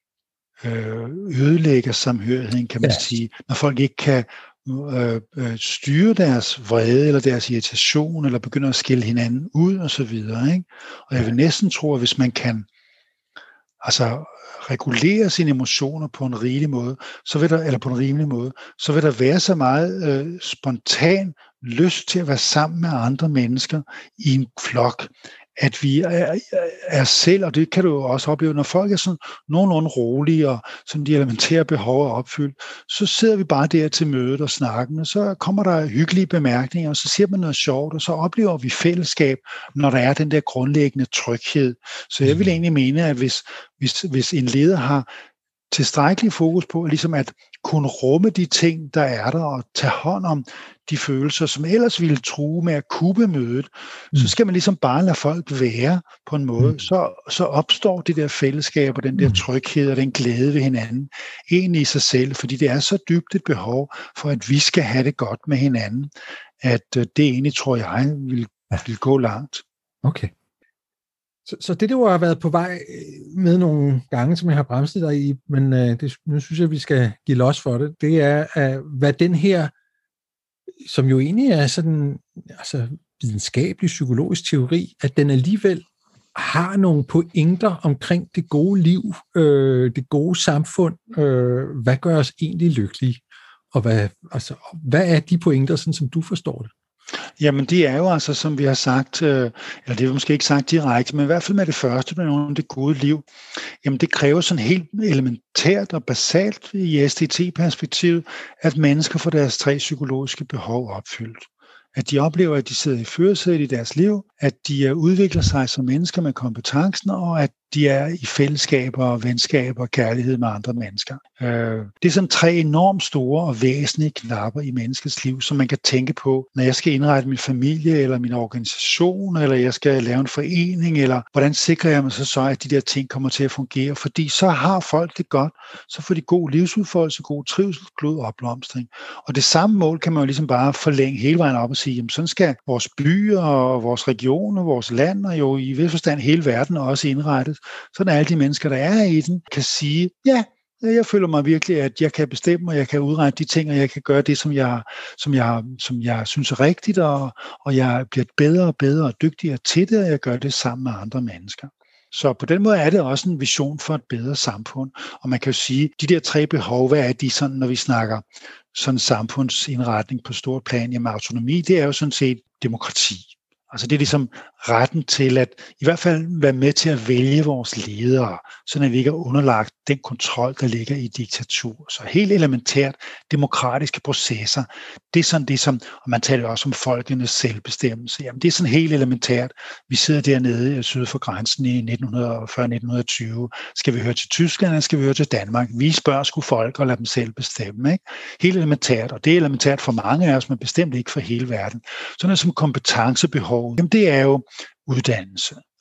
ødelægger samhørigheden, kan man ja. sige. Når folk ikke kan øh, øh, styre deres vrede eller deres irritation, eller begynder at skille hinanden ud og så videre, ikke? Og jeg vil næsten tro, at hvis man kan altså regulere sine emotioner på en rimelig måde, så vil der, eller på en rimelig måde, så vil der være så meget øh, spontan lyst til at være sammen med andre mennesker i en flok, at vi er, er selv, og det kan du jo også opleve, når folk er sådan nogenlunde rolige, og sådan de elementære behov er opfyldt, så sidder vi bare der til mødet og snakken, og så kommer der hyggelige bemærkninger, og så siger man noget sjovt, og så oplever vi fællesskab, når der er den der grundlæggende tryghed. Så jeg vil egentlig mene, at hvis, hvis, hvis en leder har tilstrækkelig fokus på ligesom at kunne rumme de ting, der er der, og tage hånd om de følelser, som ellers ville true med at kubbe mødet, mm. så skal man ligesom bare lade folk være på en måde. Mm. Så, så opstår det der fællesskab og den der tryghed og den glæde ved hinanden egentlig i sig selv, fordi det er så dybt et behov for, at vi skal have det godt med hinanden, at det egentlig, tror jeg, vil, vil gå langt. Okay. Så, så det, du har været på vej med nogle gange, som jeg har bremset dig i, men øh, det, nu synes jeg, vi skal give los for det, det er, at hvad den her, som jo egentlig er sådan, altså videnskabelig psykologisk teori, at den alligevel har nogle pointer omkring det gode liv, øh, det gode samfund, øh, hvad gør os egentlig lykkelige, og hvad, altså, hvad er de pointer, sådan som du forstår det? Jamen det er jo altså, som vi har sagt, øh, eller det er måske ikke sagt direkte, men i hvert fald med det første, med nogle af det gode liv, jamen det kræver sådan helt elementært og basalt i S D T-perspektivet, at mennesker får deres tre psykologiske behov opfyldt. At de oplever, at de sidder i førersædet i deres liv, at de udvikler sig som mennesker med kompetencen, og at de er i fællesskaber og venskaber og kærlighed med andre mennesker. Det er sådan tre enormt store og væsentlige knapper i menneskets liv, som man kan tænke på, når jeg skal indrette min familie eller min organisation, eller jeg skal lave en forening, eller hvordan sikrer jeg mig så så, at de der ting kommer til at fungere, fordi så har folk det godt, så får de god livsudfoldelse, god trivsel, glød og opblomstring. Og det samme mål kan man jo ligesom bare forlænge hele vejen op og sige, jamen sådan skal vores byer og vores regioner, vores land og jo i vis forstand hele verden også indrettes, sådan alle de mennesker, der er i den, kan sige, ja, jeg føler mig virkelig, at jeg kan bestemme, og jeg kan udrette de ting, og jeg kan gøre det, som jeg, som jeg, som jeg synes er rigtigt, og, og jeg bliver bedre og bedre og dygtigere til det, og jeg gør det sammen med andre mennesker. Så på den måde er det også en vision for et bedre samfund. Og man kan jo sige, de der tre behov, hvad er de sådan, når vi snakker sådan samfundsindretning på stort plan? Jamen autonomi, det er jo sådan set demokrati. Altså det er ligesom retten til at i hvert fald være med til at vælge vores ledere, så at vi ikke er underlagt den kontrol, der ligger i diktatur. Så helt elementært demokratiske processer, det er sådan det som, og man taler også om folkenes selvbestemmelse, jamen det er sådan helt elementært. Vi sidder dernede syd for grænsen i nitten fyrre nitten tyve. Skal vi høre til Tyskland, eller skal vi høre til Danmark? Vi spørger sgu folk og lader dem selv bestemme. Ikke? Helt elementært, og det er elementært for mange af os, men bestemt ikke for hele verden. Sådan noget som kompetencebehov, jamen det er jo uddannelse.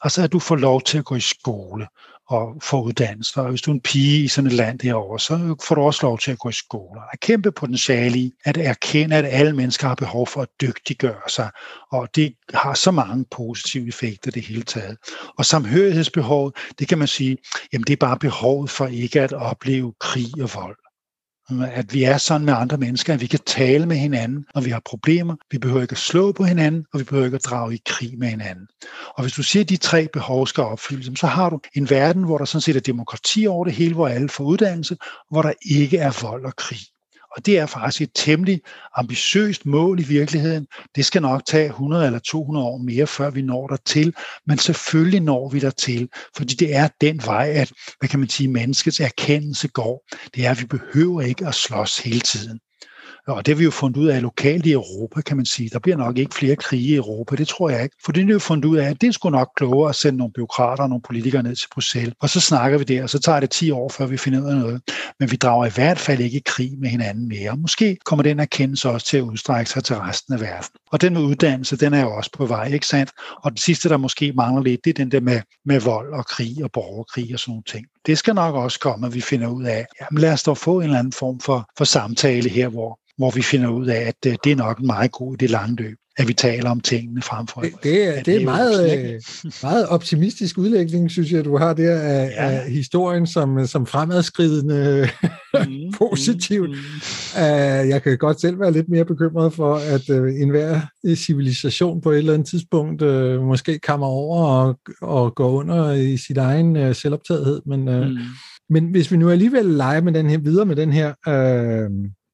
Altså at du får lov til at gå i skole og få uddannelse. Og hvis du er en pige i sådan et land derovre, så får du også lov til at gå i skole. Der er kæmpe potentiale i at erkende, at alle mennesker har behov for at dygtiggøre sig. Og det har så mange positive effekter det hele taget. Og samhørighedsbehovet, det kan man sige, jamen det er bare behovet for ikke at opleve krig og vold. At vi er sådan med andre mennesker, at vi kan tale med hinanden, når vi har problemer. Vi behøver ikke at slå på hinanden, og vi behøver ikke at drage i krig med hinanden. Og hvis du siger, at de tre behov skal opfyldes, så har du en verden, hvor der sådan set er demokrati over det hele, hvor alle får uddannelse, hvor der ikke er vold og krig. Og det er faktisk et temmelig ambitiøst mål i virkeligheden. Det skal nok tage hundrede eller to hundrede år mere, før vi når dertil. Men selvfølgelig når vi dertil, fordi det er den vej, at, hvad kan man sige, menneskets erkendelse går. Det er, at vi behøver ikke at slås hele tiden. Og det har vi jo fundet ud af lokalt i Europa, kan man sige. Der bliver nok ikke flere krige i Europa, det tror jeg ikke. For det er jo fundet ud af, at det er sgu nok klogere at sende nogle bureaukrater og nogle politikere ned til Bruxelles. Og så snakker vi der, og så tager det ti år, før vi finder ud af noget. Men vi drager i hvert fald ikke i krig med hinanden mere. Måske kommer den erkendelse også til at udstrække sig til resten af verden. Og den med uddannelse, den er jo også på vej, ikke sandt? Og den sidste, der måske mangler lidt, det er den der med, med vold og krig og borgerkrig og sådan nogle ting. Det skal nok også komme, at vi finder ud af, jamen lad os dog få en eller anden form for, for samtale her, hvor hvor vi finder ud af, at det er nok en meget god i det lange løb, at vi taler om tingene frem for. Det, det er, det er meget, meget optimistisk udlægning, synes jeg, du har der af, ja. af historien som, som fremadskridende mm, positivt. Mm, mm. Jeg kan godt selv være lidt mere bekymret for, at enhver civilisation på et eller andet tidspunkt måske kommer over og, og går under i sit egen selvoptagethed. Men, mm. men hvis vi nu alligevel leger med den her, videre med den her øh,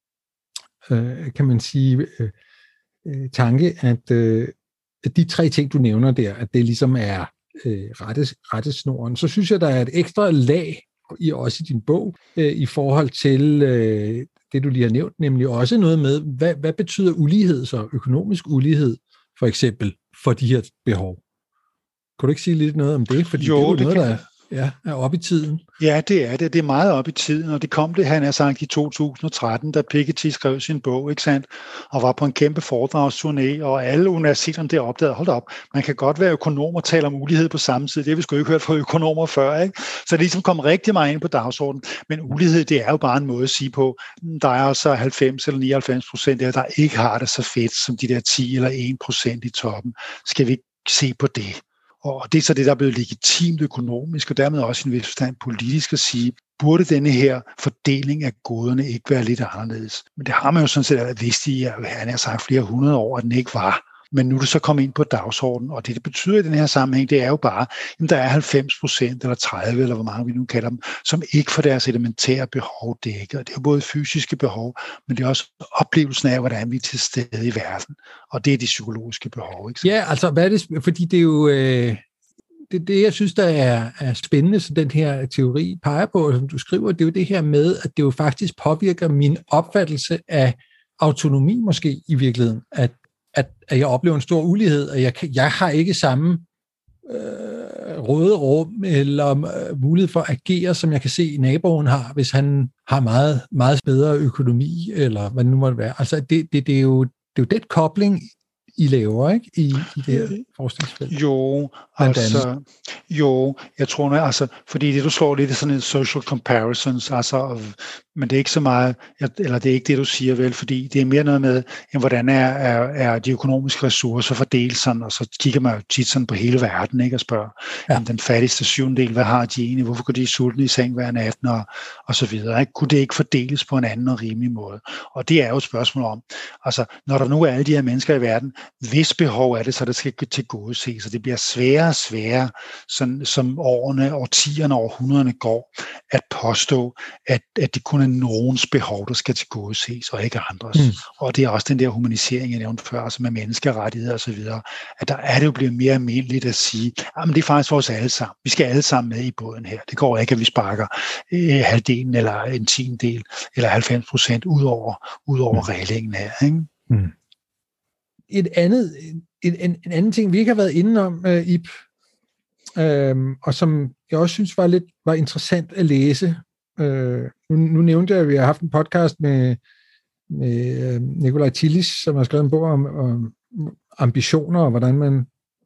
kan man sige, øh, øh, tanke, at, øh, at de tre ting, du nævner der, at det ligesom er øh, rettes, rettesnoren, så synes jeg, der er et ekstra lag, i også i din bog, øh, i forhold til øh, det, du lige har nævnt, nemlig også noget med, hvad, hvad betyder ulighed så, økonomisk ulighed, for eksempel, for de her behov? Kan du ikke sige lidt noget om det? Fordi jo, det er jo det noget, kan... der er... Ja, er oppe i tiden. Ja, det er det. Det er meget oppe i tiden, og det kom det, han har sagt, i to tusind og tretten, da Piketty skrev sin bog, ikke sandt, og var på en kæmpe foredragsturné, og alle universiteterne der opdagede, hold op, man kan godt være økonom og tale om ulighed på samme tid. Det har vi sgu ikke hørt fra økonomer før, ikke? Så det ligesom kom rigtig meget ind på dagsordenen. Men ulighed, det er jo bare en måde at sige på, der er altså halvfems eller nioghalvfems procent der, der ikke har det så fedt som de der ti eller en procent i toppen. Skal vi ikke se på det? Og det er så det, der er blevet legitimt økonomisk, og dermed også i en vis forstand politisk at sige, burde denne her fordeling af goderne ikke være lidt anderledes? Men det har man jo sådan set vidst i, at han har sagt flere hundrede år, at den ikke var. Men nu er det så kommet ind på dagsordenen, og det, det betyder i den her sammenhæng, det er jo bare, at der er halvfems procent eller tredive, eller hvor mange vi nu kalder dem, som ikke får deres elementære behov dækket. Og det er jo både fysiske behov, men det er også oplevelsen af, hvordan vi er til stede i verden. Og det er de psykologiske behov. Ikke? Ja, altså, hvad er det, fordi det er jo... Øh... Det, det, jeg synes, der er, er spændende, som den her teori peger på, som du skriver, det er jo det her med, at det jo faktisk påvirker min opfattelse af autonomi måske i virkeligheden. At, at, at jeg oplever en stor ulighed, og jeg, jeg har ikke samme øh, råderum eller øh, mulighed for at agere, som jeg kan se, naboen har, hvis han har meget, meget bedre økonomi, eller hvad det nu måtte være. Altså, det, det, det, er, jo, det er jo den kobling, I laver, ikke, i, i det her forskningsfelt? Jo, altså, jo, jeg tror, altså, fordi det, du slår lidt i sådan en social comparisons, altså, men det er ikke så meget, eller det er ikke det, du siger vel, fordi det er mere noget med, jamen, hvordan er, er, er de økonomiske ressourcer fordelt sådan, og så kigger man jo tit sådan på hele verden, ikke, og spørger, ja. Jamen, den fattigste syvendel, hvad har de egentlig, hvorfor går de sultne i seng hver nat, og, og så videre, ikke? Kunne det ikke fordeles på en anden og rimelig måde? Og det er jo et spørgsmål om, altså, når der nu er alle de her mennesker i verden, hvis behov er det, så det skal tilgodeses, og det bliver sværere og sværere, sådan, som årene, årtierne og århundrederne går, at påstå, at, at det kun er nogens behov, der skal tilgodeses, og ikke andres. Mm. Og det er også den der humanisering, jeg nævnte før, altså med menneskerettigheder og så videre, at der er det jo blevet mere almindeligt at sige, at det er faktisk vores alle sammen. Vi skal alle sammen med i båden her. Det går ikke, at vi sparker eh, halvdelen eller en tiendedel eller halvfems procent ud over, ud over mm. reglingen her. Ikke? Mm. Et andet, en, en, en anden ting, vi ikke har været inde om, uh, Ib, øhm, og som jeg også synes var lidt var interessant at læse. Øh, nu, nu nævnte jeg, at vi har haft en podcast med, med Nikolaj Tillis, som har skrevet en bog om, om ambitioner, og hvordan man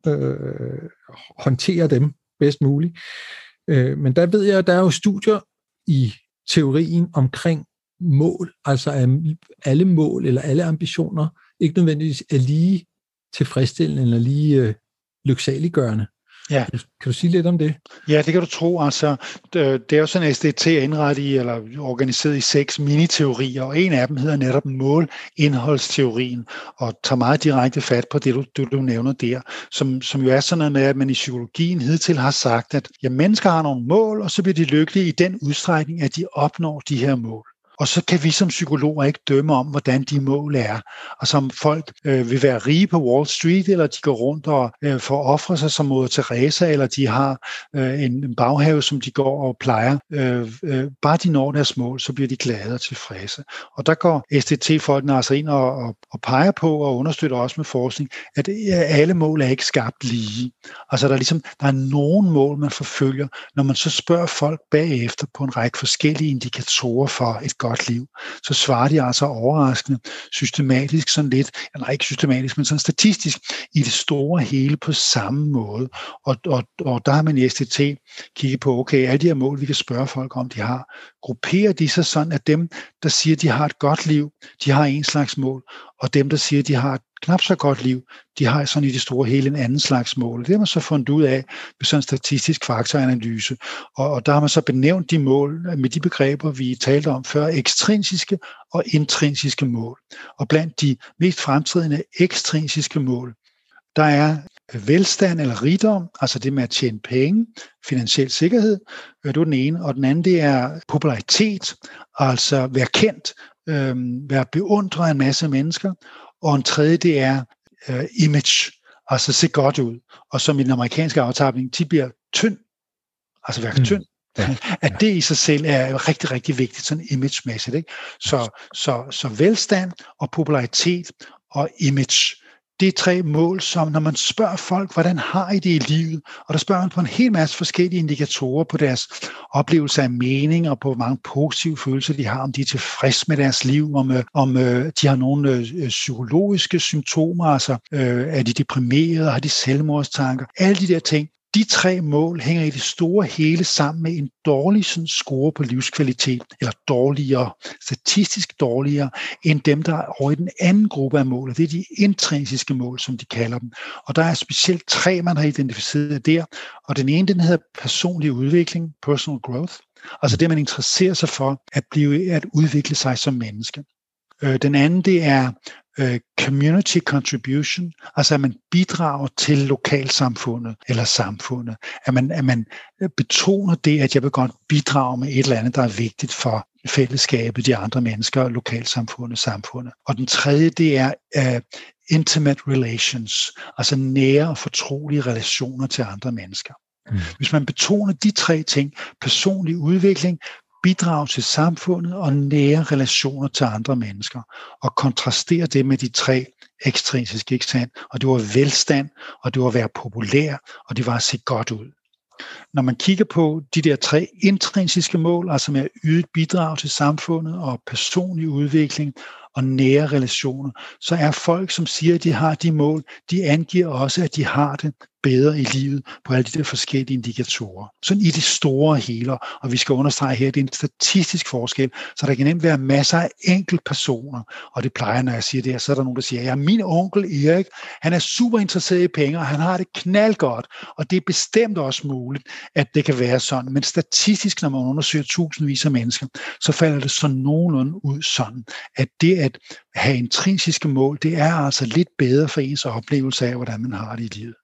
øh, håndtere dem bedst muligt. Øh, men der ved jeg, at der er jo studier i teorien omkring mål, altså at alle mål eller alle ambitioner ikke nødvendigvis er lige tilfredsstillende eller lige øh, lyksaliggørende. Ja. Kan du sige lidt om det? Ja, det kan du tro. Altså, det er jo sådan, at S D T er indrettet i, eller organiseret i seks miniteorier, og en af dem hedder netop målindholdsteorien, og tager meget direkte fat på det, du, du, du nævner der, som, som jo er sådan noget med, at man i psykologien hidtil har sagt, at ja, mennesker har nogle mål, og så bliver de lykkelige i den udstrækning, at de opnår de her mål. Og så kan vi som psykologer ikke dømme om, hvordan de mål er. Og som folk øh, vil være rige på Wall Street, eller de går rundt og øh, får ofre sig som Moder Teresa, eller de har øh, en, en baghave, som de går og plejer. Øh, øh, bare de når deres mål, så bliver de glade og tilfredse. Og der går S D T-folkene altså ind og, og, og peger på og understøtter også med forskning, at alle mål er ikke skabt lige. Altså der er ligesom, der er nogle mål, man forfølger, når man så spørger folk bagefter på en række forskellige indikatorer for et godt liv, så svarer de altså overraskende systematisk sådan lidt, eller ikke systematisk, men sådan statistisk i det store hele på samme måde. Og, og, og der har man i S D T kigget på, okay, alle de her mål, vi kan spørge folk om, de har, grupperer de sig sådan, at dem, der siger, de har et godt liv, de har en slags mål, og dem, der siger, de har et knap så godt liv, de har sådan i det store hele en anden slags mål. Det har man så fundet ud af med sådan en statistisk faktoranalyse. Og, og der har man så benævnt de mål med de begreber, vi talte om før, ekstrinsiske og intrinsiske mål. Og blandt de mest fremtrædende ekstrinsiske mål, der er velstand eller rigdom, altså det med at tjene penge, finansiel sikkerhed, det er den ene, og den anden det er popularitet, altså være kendt, øh, være beundret af en masse mennesker, og en tredje det er øh, image, altså se godt ud, og som i den amerikanske aftapning, de bliver tynd, altså være mm. tynd. Ja. At det i sig selv er rigtig, rigtig vigtigt, sådan image-mæssigt. Ikke? Så, så, så velstand og popularitet og image, det er tre mål, som når man spørger folk, hvordan har I det i livet, og der spørger man på en hel masse forskellige indikatorer på deres oplevelse af mening, og på hvor mange positive følelser de har, om de er tilfredse med deres liv, om, om øh, de har nogle øh, psykologiske symptomer, altså øh, er de deprimerede, har de selvmordstanker, alle de der ting. De tre mål hænger i det store hele sammen med en dårlig sådan, score på livskvalitet, eller dårligere, statistisk dårligere, end dem, der er over i den anden gruppe af mål. Det er de intrinsiske mål, som de kalder dem. Og der er specielt tre, man har identificeret der. Og den ene, den hedder personlig udvikling, personal growth. Altså det, man interesserer sig for at blive, at udvikle sig som menneske. Den anden, det er community contribution, altså at man bidrager til lokalsamfundet eller samfundet. At man, at man betoner det, at jeg vil godt bidrage med et eller andet, der er vigtigt for fællesskabet, de andre mennesker, lokalsamfundet, samfundet. Og den tredje, det er uh, intimate relations, altså nære og fortrolige relationer til andre mennesker. Mm. Hvis man betoner de tre ting, personlig udvikling, bidrag til samfundet og nære relationer til andre mennesker, og kontrastere det med de tre ekstrinsiske, ikke sandt? Og det var velstand, og det var at være populær, og det var at se godt ud. Når man kigger på de der tre intrinsiske mål, altså med at yde et bidrag til samfundet og personlig udvikling og nære relationer, så er folk, som siger, at de har de mål, de angiver også, at de har det bedre i livet på alle de der forskellige indikatorer. Sådan i det store hele, og vi skal understrege her, at det er en statistisk forskel, så der kan nemt være masser af enkeltpersoner, og det plejer, når jeg siger det her, så er der nogen, der siger, ja, min onkel Erik, han er super interesseret i penge, og han har det knaldgodt, og det er bestemt også muligt, at det kan være sådan, men statistisk, når man undersøger tusindvis af mennesker, så falder det så nogenlunde ud sådan, at det at have intrinsiske mål, det er altså lidt bedre for ens oplevelse af, hvordan man har det i livet.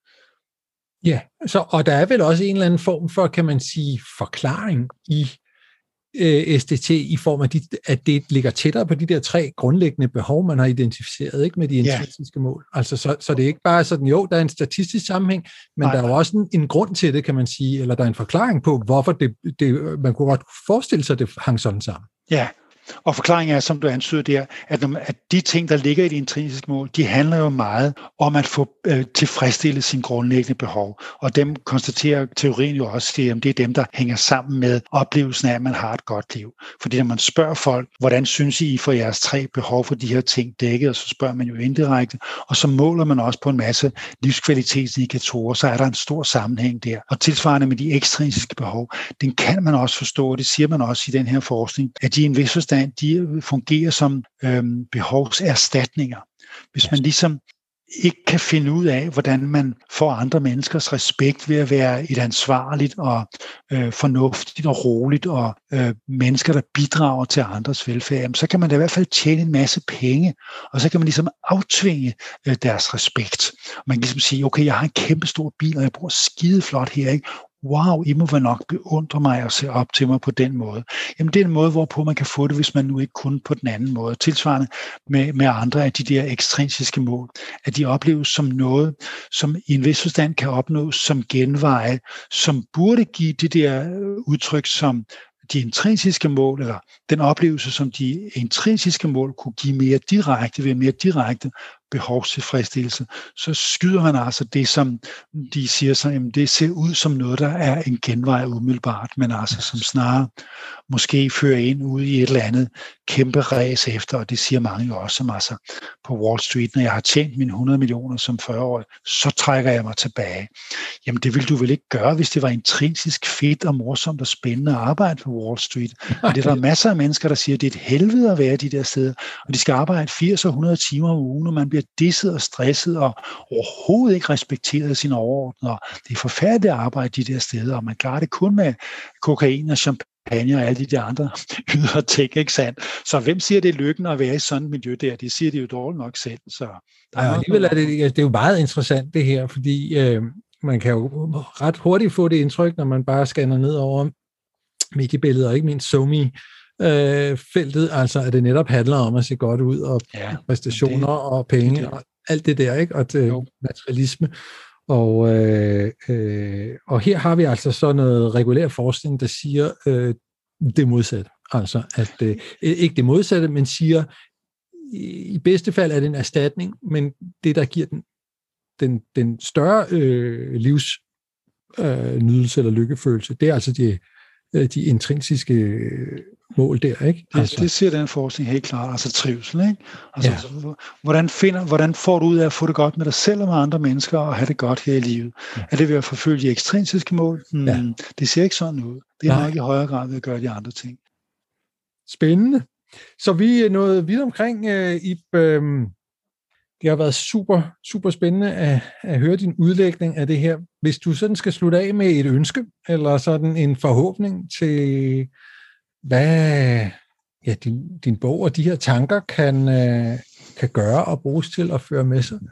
Ja, så, og der er vel også en eller anden form for, kan man sige, forklaring i øh, S D T, i form af, de, at det ligger tættere på de der tre grundlæggende behov, man har identificeret, ikke, med de intrinsiske ja. mål. Altså, så, så det er ikke bare sådan, jo, der er en statistisk sammenhæng, men Nej. der er jo også en, en grund til det, kan man sige, eller der er en forklaring på, hvorfor det, det man kunne godt forestille sig, at det hang sådan sammen. Ja, Og forklaringen er, som du antyder der, at, når man, at de ting, der ligger i det intrinsiske mål, de handler jo meget om at få øh, tilfredsstillet sine grundlæggende behov. Og dem konstaterer teorien jo også, at det er dem, der hænger sammen med oplevelsen af, at man har et godt liv. Fordi når man spørger folk, hvordan synes I for jeres tre behov for de her ting dækket, og så spørger man jo indirekte, og så måler man også på en masse livskvalitetsindikatorer, så er der en stor sammenhæng der. Og tilsvarende med de ekstrinsiske behov, den kan man også forstå, og det siger man også i den her forskning, at de i en vis forstand, de fungerer som øhm, behovserstatninger. Hvis man ligesom ikke kan finde ud af, hvordan man får andre menneskers respekt ved at være et ansvarligt og øh, fornuftigt og roligt og øh, mennesker, der bidrager til andres velfærd, jamen, så kan man da i hvert fald tjene en masse penge, og så kan man ligesom aftvinge øh, deres respekt. Man kan ligesom sige, okay, jeg har en kæmpe stor bil, og jeg bor skideflot her, ikke? Wow, I må vel nok beundre mig og se op til mig på den måde. Jamen det er en måde, hvorpå man kan få det, hvis man nu ikke kunne på den anden måde. Tilsvarende med, med andre af de der ekstrinsiske mål, at de opleves som noget, som i en vis forstand kan opnås som genveje, som burde give det der udtryk som de intrinsiske mål, eller den oplevelse, som de intrinsiske mål kunne give mere direkte, ved mere direkte behovstilfredsstillelse, så skyder man altså det, som de siger, så, jamen, det ser ud som noget, der er en genvej umiddelbart, men altså som snarere måske fører ind ud i et eller andet kæmpe ræs efter, og det siger mange jo også, som altså på Wall Street, når jeg har tjent mine hundrede millioner som fyrre-årig, så trækker jeg mig tilbage. Jamen det ville du vel ikke gøre, hvis det var intrinsisk fedt og morsomt og spændende at arbejde på Wall Street. Og det er der masser af mennesker, der siger, at det er et helvede at være de der steder, og de skal arbejde firs og hundrede timer om ugen, og man bliver disset og stresset og overhovedet ikke respekteret af sine overordnede. Det er forfærdeligt at arbejde de der steder, og man klarer det kun med kokain og champagne og alle de der andre ydre ting, ikke sandt? Så hvem siger, det er lykken at være i sådan et miljø der? Det siger de jo dårligt nok selv. Så der ja, alligevel er det, det er jo meget interessant det her, fordi øh, man kan jo ret hurtigt få det indtryk, når man bare scanner ned over mediebilledet, og ikke mindst SoMe, Øh, feltet, altså at det netop handler om at se godt ud, og ja, præstationer det, og penge, det, og alt det der, ikke? Og det, materialisme. Og, øh, øh, og her har vi altså så noget regulær forskning, der siger øh, det modsatte. Altså, at øh, ikke det modsatte, men siger, i bedste fald er det en erstatning, men det, der giver den, den, den større øh, livsnydelse øh, eller lykkefølelse, det er altså de, de intrinsiske mål der, ikke? Altså. Det, det siger den forskning helt klart, altså trivsel, ikke? Altså, ja. hvordan, finder, hvordan får du ud af at få det godt med dig selv og med andre mennesker, og have det godt her i livet? Ja. Er det ved at forfølge de ekstrinsiske mål? Hmm, ja. Det ser ikke sådan ud. Det er Nej. nok i højere grad ved at gøre de andre ting. Spændende. Så vi er nået vidt omkring, uh, Ib. Uh, det har været super, super spændende at, at høre din udlægning af det her. Hvis du sådan skal slutte af med et ønske, eller sådan en forhåbning til, hvad ja, din, din bog og de her tanker kan, øh, kan gøre og bruges til at føre med sig?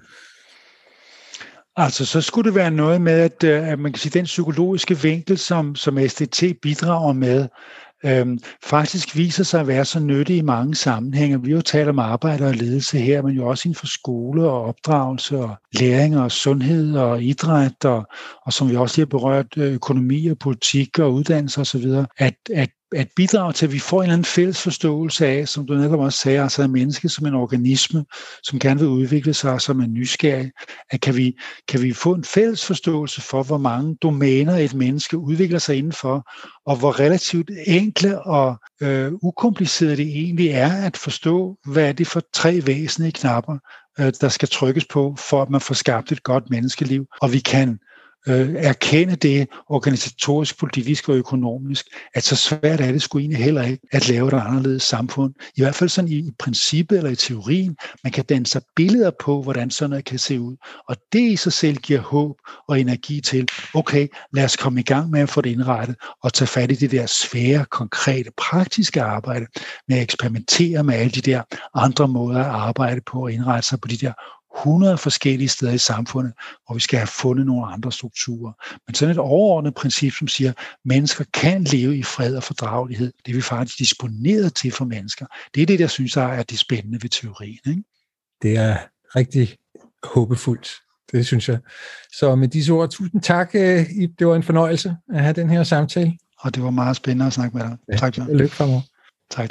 Altså, så skulle det være noget med, at, at man kan sige, den psykologiske vinkel, som, som S D T bidrager med, Øhm, faktisk viser sig at være så nyttig i mange sammenhænge. Vi har jo talt om arbejde og ledelse her, men jo også inden for skole og opdragelse og læring og sundhed og idræt, og, og som vi også lige har berørt, økonomi og politik og uddannelse osv., at, at at bidrage til, at vi får en eller anden fælles forståelse af, som du netop også sagde, altså et menneske som en organisme, som gerne vil udvikle sig, som en nysgerrig, at kan vi, kan vi få en fælles forståelse for, hvor mange domæner et menneske udvikler sig indenfor, og hvor relativt enkle og øh, ukomplicerede det egentlig er at forstå, hvad er det for tre væsentlige knapper, øh, der skal trykkes på, for at man får skabt et godt menneskeliv, og vi kan Øh, erkende det organisatorisk, politisk og økonomisk, at så svært er det sgu egentlig heller ikke at lave et anderledes samfund. I hvert fald sådan i, i princippet eller i teorien. Man kan danne sig billeder på, hvordan sådan noget kan se ud. Og det i sig selv giver håb og energi til, okay, lad os komme i gang med at få det indrettet og tage fat i det der svære, konkrete, praktiske arbejde med at eksperimentere med alle de der andre måder at arbejde på og indrette sig på de der hundrede forskellige steder i samfundet, hvor vi skal have fundet nogle andre strukturer. Men sådan et overordnet princip, som siger, at mennesker kan leve i fred og fordragelighed, det er vi faktisk disponeret til for mennesker. Det er det, der synes jeg er det spændende ved teorien. Ikke? Det er rigtig håbefuldt. Det synes jeg. Så med disse ord, tusind tak, Ib. Det var en fornøjelse at have den her samtale. Og det var meget spændende at snakke med dig. Ja, tak, John. Lykke fremover. Tak, du.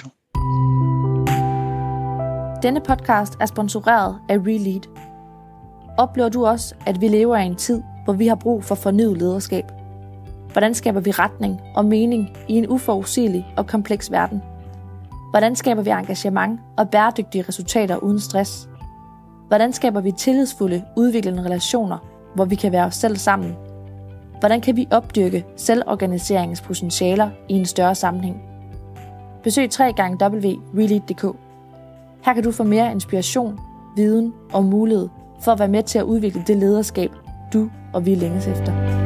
Denne podcast er sponsoreret af Relead. Oplever du også, at vi lever i en tid, hvor vi har brug for fornyet lederskab? Hvordan skaber vi retning og mening i en uforudsigelig og kompleks verden? Hvordan skaber vi engagement og bæredygtige resultater uden stress? Hvordan skaber vi tillidsfulde, udviklende relationer, hvor vi kan være os selv sammen? Hvordan kan vi opdyrke selvorganiseringens potentialer i en større sammenhæng? Besøg w w w punktum relead punktum d k. Her kan du få mere inspiration, viden og mulighed for at være med til at udvikle det lederskab, du og vi længes efter.